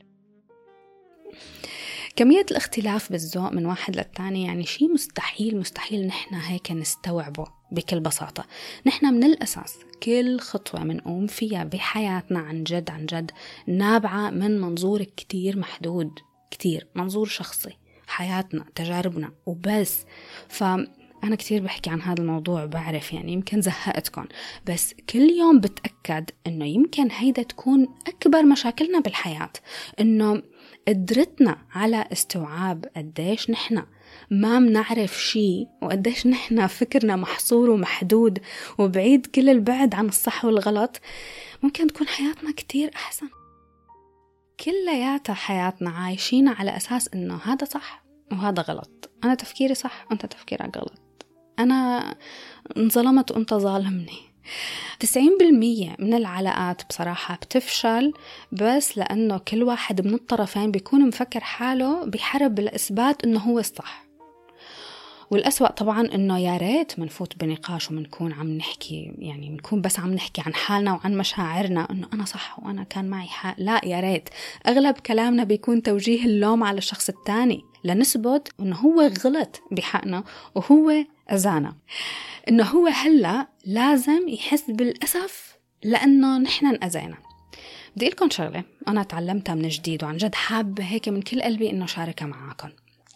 كمية الاختلاف بالذوق من واحد للتاني يعني شيء مستحيل نحن هيك نستوعبه بكل بساطة. نحن من الأساس كل خطوة منقوم فيها بحياتنا عن جد نابعة من منظور كتير محدود، كتير منظور شخصي، حياتنا، تجاربنا وبس. فأنا كتير بحكي عن هذا الموضوع، بعرف يعني يمكن زهقتكم، بس كل يوم بتأكد إنه يمكن هيدا تكون أكبر مشاكلنا بالحياة، إنه قدرتنا على استوعاب قديش نحن ما منعرف شيء، وقديش نحن فكرنا محصور ومحدود وبعيد كل البعد عن الصح والغلط، ممكن تكون حياتنا كتير أحسن. كلياتها حياتنا عايشين على أساس إنه هذا صح وهذا غلط، أنا تفكيري صح وأنت تفكيرك غلط، أنا انظلمت وأنت ظالمني. 90% من العلاقات بصراحة بتفشل بس لأنه كل واحد من الطرفين بيكون مفكر حاله بحرب لإثبات إنه هو الصح. والأسوأ طبعا إنه يا ريت منفوت بنقاش ومنكون عم نحكي، يعني منكون بس عم نحكي عن حالنا وعن مشاعرنا، إنه أنا صح وأنا كان معي حق. لا يا ريت، أغلب كلامنا بيكون توجيه اللوم على الشخص التاني لنثبت إنه هو غلط بحقنا وهو أذانا، إنه هو هلأ لازم يحس بالأسف لأنه نحن انأذينا. بدي لكم شغلة أنا تعلمتها من جديد وعن جد حابة هيك من كل قلبي إنه شاركها معاكم.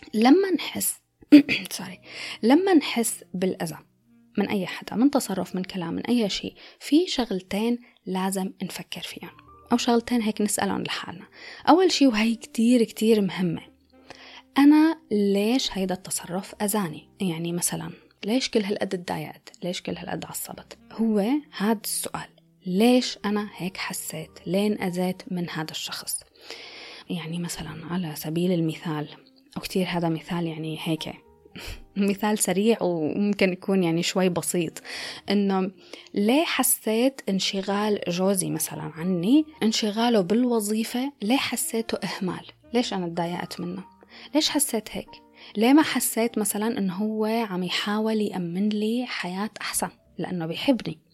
لما نحس بالأذى من أي حدا، من تصرف، من كلام، من أي شيء، في شغلتين لازم نفكر فيهم، أو شغلتين هيك نسألهم لحالنا. أول شيء، وهي كتير كتير مهمة، أنا ليش هيدا التصرف أذاني؟ يعني مثلا ليش كل هالقد اتضايقت؟ ليش كل هالقد عصبت؟ هو هذا السؤال، ليش أنا هيك حسيت؟ لين أذيت من هذا الشخص؟ يعني مثلا على سبيل المثال، وكتير هذا مثال يعني هيك مثال سريع وممكن يكون يعني شوي بسيط، إنه ليه حسيت انشغال جوزي مثلا عني، انشغاله بالوظيفة، ليه حسيته إهمال؟ ليش أنا اتضايقت منه؟ ليش حسيت هيك؟ ليه ما حسيت مثلا إنه هو عم يحاول يأمن لي حياة أحسن لأنه بيحبني؟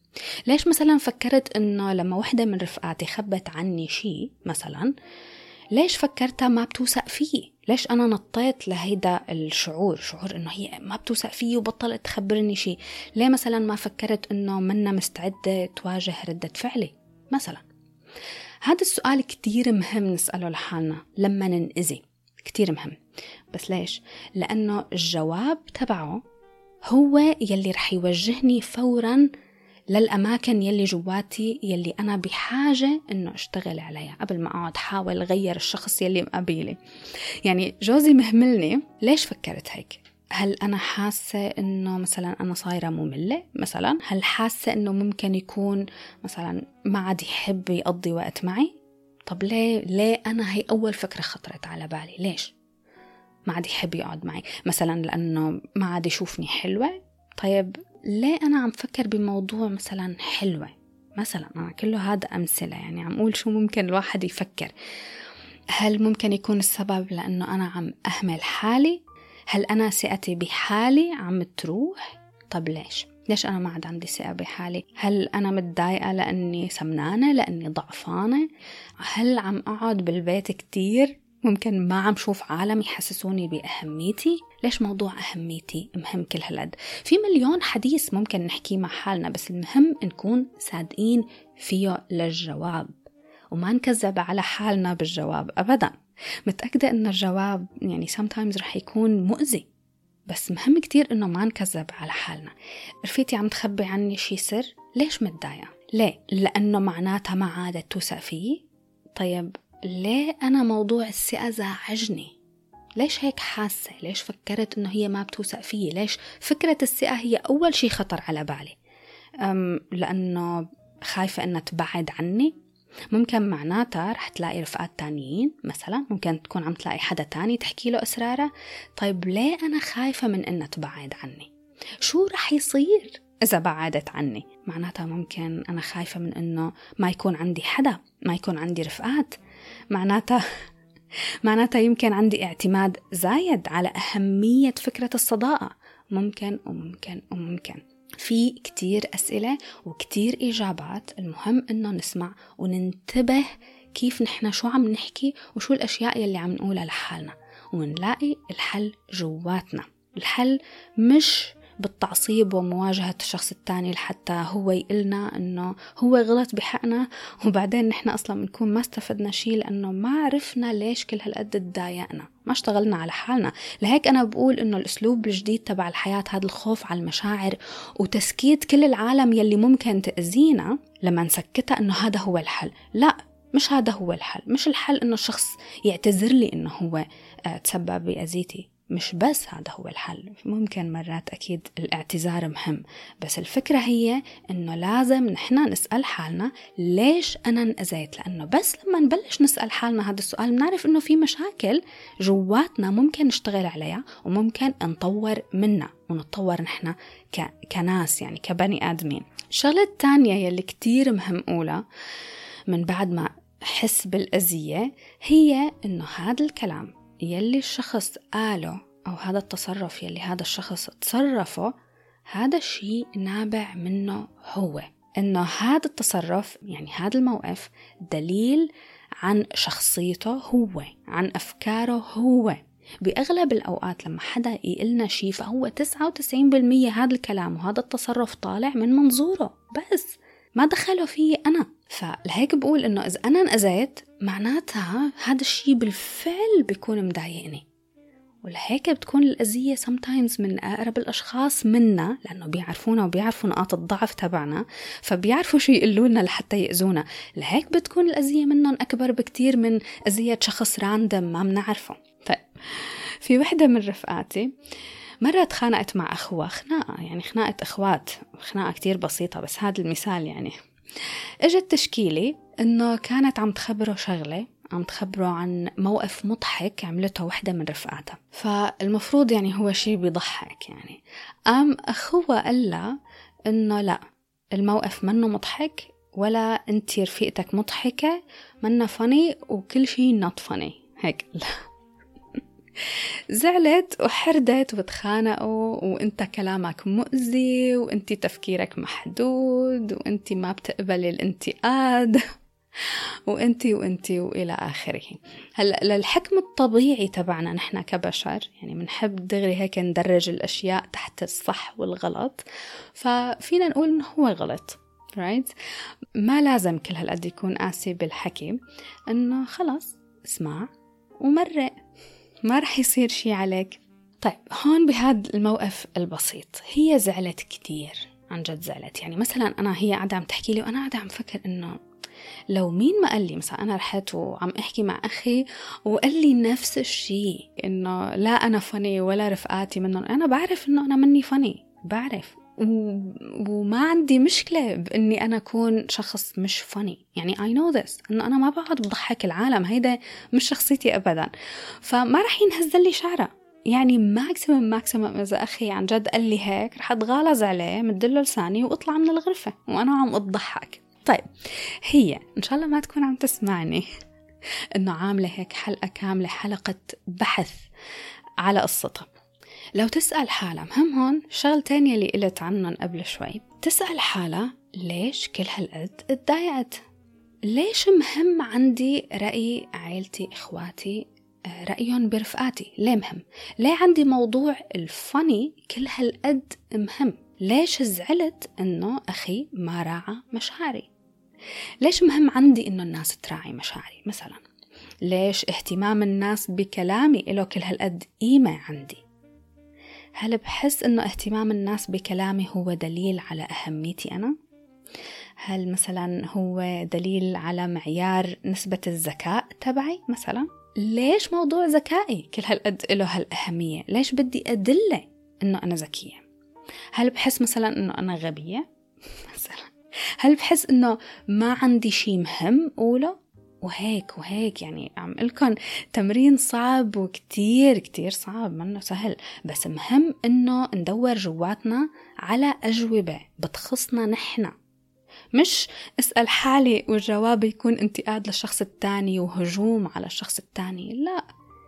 ليش مثلا فكرت إنه لما وحدة من رفقاتي خبت عني شيء مثلا، ليش فكرتها ما بتوثق فيه؟ ليش أنا نطيت لهيدا الشعور، شعور إنه هي ما بتوثق فيه وبطلت تخبرني شيء؟ ليه مثلا ما فكرت إنه منا مستعدة تواجه ردة فعلي مثلا؟ هذا السؤال كتير مهم نسأله لحالنا لما ننأذي، كتير مهم. بس ليش؟ لأنه الجواب تبعه هو يلي رح يوجهني فوراً للأماكن يلي جواتي يلي أنا بحاجة إنه أشتغل عليها قبل ما أقعد حاول غير الشخص يلي مقابلي. يعني جوزي مهملني، ليش فكرت هيك؟ هل أنا حاسة إنه مثلا أنا صايرة مملة مثلا؟ هل حاسة إنه ممكن يكون مثلا ما عاد يحب يقضي وقت معي؟ طب ليه أنا هي أول فكرة خطرت على بالي؟ ليش ما عاد يحب يقعد معي؟ مثلا لأنه ما عاد يشوفني حلوة؟ طيب ليه أنا عم فكر بموضوع مثلا حلوة مثلا؟ أنا كله هذا أمثلة، يعني عم أقول شو ممكن الواحد يفكر. هل ممكن يكون السبب لأنه أنا عم أهمل حالي؟ هل أنا ثقتي بحالي عم تروح؟ طب ليش أنا ما عاد عندي ثقة بحالي؟ هل أنا متضايقة لأني سمنانة، لأني ضعفانة؟ هل عم أقعد بالبيت كتير ممكن ما عم شوف عالم يحسسوني بأهميتي؟ ليش موضوع أهميتي مهم كل هالقد؟ في مليون حديث ممكن نحكي مع حالنا، بس المهم نكون صادقين فيه للجواب وما نكذب على حالنا بالجواب أبدا. متأكدة إن الجواب يعني sometimes رح يكون مؤذي، بس مهم كتير إنه ما نكذب على حالنا. رفيقتي عم تخبي عني شي سر، ليش متضايقة؟ ليه؟ لأنه معناتها ما عادت توثق فيه؟ طيب ليه أنا موضوع الثقة زعجني؟ ليش هيك حاسة؟ ليش فكرت إنه هي ما بتوثق فيه؟ ليش فكرة الثقة هي أول شي خطر على بالي؟ لأنه خايفة إنها تبعد عني؟ ممكن معناتها رح تلاقي رفقات تانيين مثلا، ممكن تكون عم تلاقي حدا تاني تحكي له أسرارها. طيب ليه أنا خايفة من إنها تبعد عني؟ شو رح يصير إذا بعدت عني؟ معناتها ممكن أنا خايفة من إنه ما يكون عندي حدا، ما يكون عندي رفقات. معناتها يمكن عندي اعتماد زايد على أهمية فكرة الصداقة. ممكن في كتير أسئلة وكتير إجابات، المهم إنه نسمع وننتبه كيف نحن شو عم نحكي وشو الأشياء يلي عم نقولها لحالنا، ونلاقي الحل جواتنا. الحل مش بالتعصيب ومواجهة الشخص التاني لحتى هو يقلنا إنه هو غلط بحقنا، وبعدين نحن أصلا بنكون ما استفدنا شيء لأنه ما عرفنا ليش كل هالقد تضايقنا، ما اشتغلنا على حالنا. لهيك أنا بقول إنه الأسلوب الجديد تبع الحياة هذا الخوف على المشاعر وتسكيت كل العالم يلي ممكن تأذينا لما نسكتها إنه هذا هو الحل. لا، مش هذا هو الحل. مش الحل إنه الشخص يعتذر لي إنه هو تسبب بأذيتي، مش بس هذا هو الحل. ممكن مرات أكيد الاعتذار مهم، بس الفكرة هي إنه لازم نحن نسأل حالنا ليش أنا انأذيت، لأنه بس لما نبلش نسأل حالنا هذا السؤال بنعرف إنه في مشاكل جواتنا ممكن نشتغل عليها وممكن نطور منها ونتطور نحن كناس، يعني كبني آدمين. الشغلة الثانية يلي كتير مهم أولى من بعد ما حس بالأذية هي إنه هذا الكلام يلي الشخص قاله أو هذا التصرف يلي هذا الشخص تصرفه، هذا الشيء نابع منه هو. إنه هذا التصرف يعني هذا الموقف دليل عن شخصيته هو، عن أفكاره هو. بأغلب الأوقات لما حدا يقلنا شيء فهو 99% هذا الكلام وهذا التصرف طالع من منظوره بس ما دخله فيه أنا. فلهيك بقول إنه إذا أنا انأذيت معناتها هذا الشيء بالفعل بيكون مضايقني، ولهيك بتكون الأذية sometimes من أقرب الأشخاص منا، لأنه بيعرفونا وبيعرفوا نقاط الضعف تبعنا، فبيعرفوا شو يقولونا لحتى يأذونا. لهيك بتكون الأذية منهم أكبر بكتير من أذية شخص راندم ما بنعرفه. طيب، في وحدة من رفقاتي مرة تخانقت مع أخوة، خناقة أخوات، خناقة كتير بسيطة بس هذا المثال. يعني اجت تشكيلي إنه كانت عم تخبره شغلة، عم تخبره عن موقف مضحك عملته وحدة من رفقاتها، فالمفروض يعني هو شيء بيضحك يعني. أخوة قال لها إنه لا، الموقف منه مضحك ولا أنتي رفيقتك مضحكة، منه فني وكل شيء not funny هيك. زعلت وحردت وتخانقوا، وانت كلامك مؤذي، وانت تفكيرك محدود، وانت ما بتقبلي الانتقاد، وانتي وإلى آخره. هلأ للحكم الطبيعي تبعنا نحن كبشر، يعني منحب دغري هيك ندرج الأشياء تحت الصح والغلط، ففينا نقول إنه هو غلط، right؟ ما لازم كل هالقد يكون قاسي بالحكي، إنه خلاص اسمع ومرق، ما رح يصير شي عليك. طيب هون بهذا الموقف البسيط هي زعلت كتير، عن جد زعلت. يعني مثلا هي قاعدة عم تحكي لي وأنا قاعدة عم فكر إنه لو مين ما قال لي، مثلا أنا رحت وعم أحكي مع أخي وقال لي نفس الشيء، إنه لا أنا فني ولا رفقاتي منهم، أنا بعرف إنه أنا مني فني، بعرف وما عندي مشكلة بإني أنا أكون شخص مش فني، يعني I know this، إنه أنا ما بقعد بضحك العالم، هيدا مش شخصيتي أبدا، فما رح ينهزل لي شعره. يعني ماكسيمم إذا أخي عن جد قال لي هيك رح أتغالظ عليه، مدله لساني وأطلع من الغرفة وأنا عم أضحك. طيب هي إن شاء الله ما تكون عم تسمعني إنه عاملة هيك حلقة كاملة، حلقة بحث على قصتها. لو تسأل حالها، مهم هون شغل تانية اللي قلت عنهم قبل شوي، تسأل حالها ليش كل هالقد اتضايقت؟ ليش مهم عندي رأي عائلتي إخواتي، رأيهم برفقاتي؟ ليه مهم؟ ليه عندي موضوع الفني كل هالقد مهم؟ ليش زعلت إنه أخي ما راعى مشاعري؟ ليش مهم عندي إنه الناس تراعي مشاعري مثلا؟ ليش اهتمام الناس بكلامي له كل هالقد قيمة عندي؟ هل بحس إنه اهتمام الناس بكلامي هو دليل على أهميتي أنا؟ هل مثلا هو دليل على معيار نسبة الذكاء تبعي مثلا؟ ليش موضوع ذكائي كل هالقد له هالأهمية؟ ليش بدي أدله إنه أنا ذكية؟ هل بحس مثلا إنه أنا غبية مثلا؟ هل بحس إنه ما عندي شيء مهم أقوله؟ وهيك يعني عم لكم تمرين صعب وكتير صعب، منه سهل، بس مهم إنه ندور جواتنا على أجوبة بتخصنا نحن، مش اسأل حالي والجواب يكون انتقاد للشخص التاني وهجوم على الشخص التاني، لا،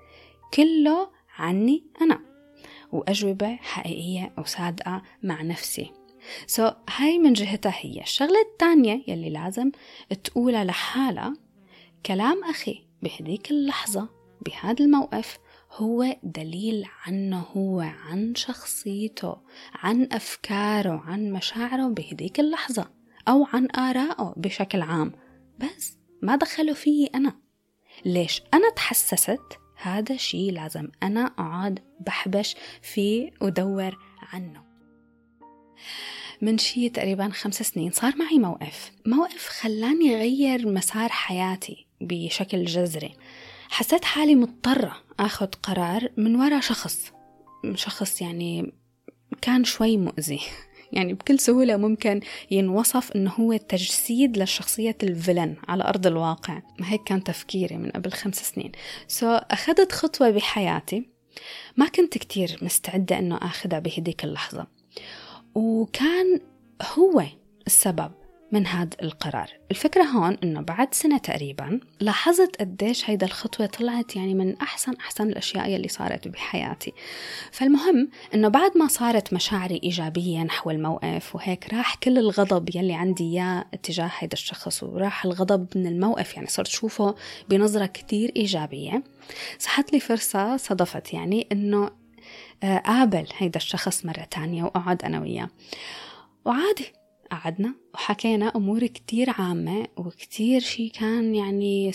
كله عني أنا، وأجوبة حقيقية وصادقة مع نفسي. هاي من جهتها هي. الشغلة الثانية يلي لازم تقولها لحالها، كلام أخي بهديك اللحظة بهذا الموقف هو دليل عنه، هو عن شخصيته، عن أفكاره، عن مشاعره بهديك اللحظة، أو عن آرائه بشكل عام، بس ما دخلوا فيه أنا. ليش أنا تحسست؟ هذا شيء لازم أنا أقعد بحبش فيه ودور عنه. من شيء تقريبا 5 سنين صار معي موقف خلاني غير مسار حياتي بشكل جذري. حسيت حالي مضطرة أخذ قرار من وراء شخص يعني كان شوي مؤذي، يعني بكل سهولة ممكن ينوصف إنه هو تجسيد للشخصية الفيلن على أرض الواقع. هيك كان تفكيري من قبل 5 سنين. أخذت خطوة بحياتي ما كنت كتير مستعدة إنه أخذها بهديك اللحظة، وكان هو السبب من هذا القرار. الفكرة هون إنه بعد سنة تقريبا لاحظت قديش هيدا الخطوة طلعت يعني من أحسن الأشياء يلي صارت بحياتي. فالمهم إنه بعد ما صارت مشاعري إيجابية نحو الموقف وهيك، راح كل الغضب يلي عندي إياه اتجاه هيدا الشخص، وراح الغضب من الموقف، يعني صرت شوفه بنظرة كتير إيجابية. صحت لي فرصة صدفت يعني إنه قابل هيدا الشخص مرة تانية وقعد أنا وياه، وعادي قعدنا وحكينا أمور كتير عامة وكتير شي كان يعني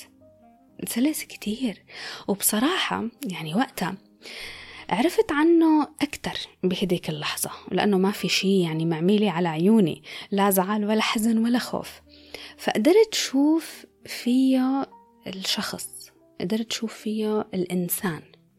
سلس كتير. وبصراحة يعني وقتها عرفت عنه أكتر بهديك اللحظة، لأنه ما في شي يعني معميلي على عيوني، لا زعل ولا حزن ولا خوف. فقدرت شوف فيه الشخص، قدرت شوف فيه الإنسان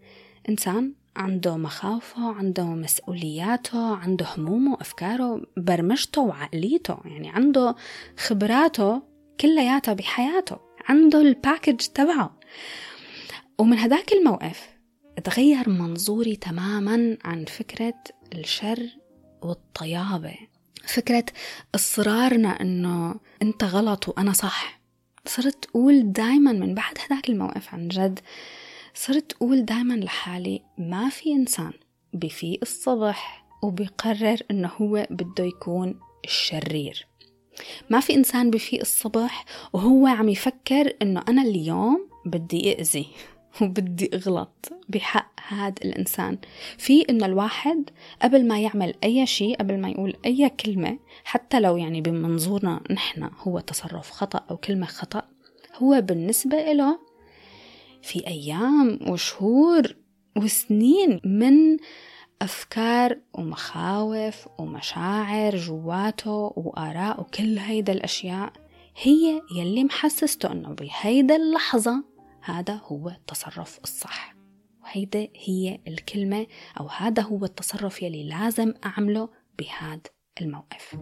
عنده مخاوفه، عنده مسؤولياته، عنده همومه، أفكاره، برمجته وعقليته، يعني عنده خبراته كلياتها بحياته، عنده الباكج تبعه. ومن هداك الموقف تغير منظوري تماما عن فكرة الشر والطيابة، فكرة إصرارنا إنه أنت غلط وأنا صح. صرت أقول دايما من بعد هداك الموقف عن جد صرت أقول دايما لحالي ما في إنسان بفيق الصبح وبيقرر إنه هو بده يكون الشرير. ما في إنسان بفيق الصبح وهو عم يفكر إنه أنا اليوم بدي أأذي وبدي أغلط بحق هذا الإنسان. في إنه الواحد قبل ما يعمل أي شيء، قبل ما يقول أي كلمة، حتى لو يعني بمنظورنا نحن هو تصرف خطأ أو كلمة خطأ، هو بالنسبة له في أيام وشهور وسنين من أفكار ومخاوف ومشاعر جواته وآراء وكل هيدا الأشياء هي يلي محسسته أنه بهيدا اللحظة هذا هو التصرف الصح، وهيدا هي الكلمة أو هذا هو التصرف يلي لازم أعمله بهذا الموقف.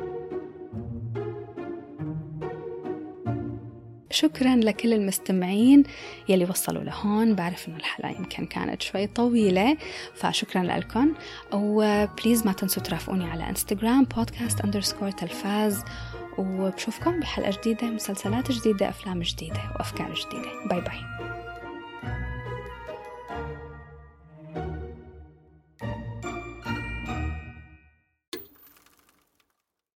شكرا لكل المستمعين يلي وصلوا لهون. بعرف إنه الحلقة يمكن كانت شوي طويلة، فشكرا لكم. وبليز ما تنسوا ترافقوني على انستغرام podcast_تلفاز، وبشوفكم بحلقة جديدة، مسلسلات جديدة، أفلام جديدة وأفكار جديدة. باي باي.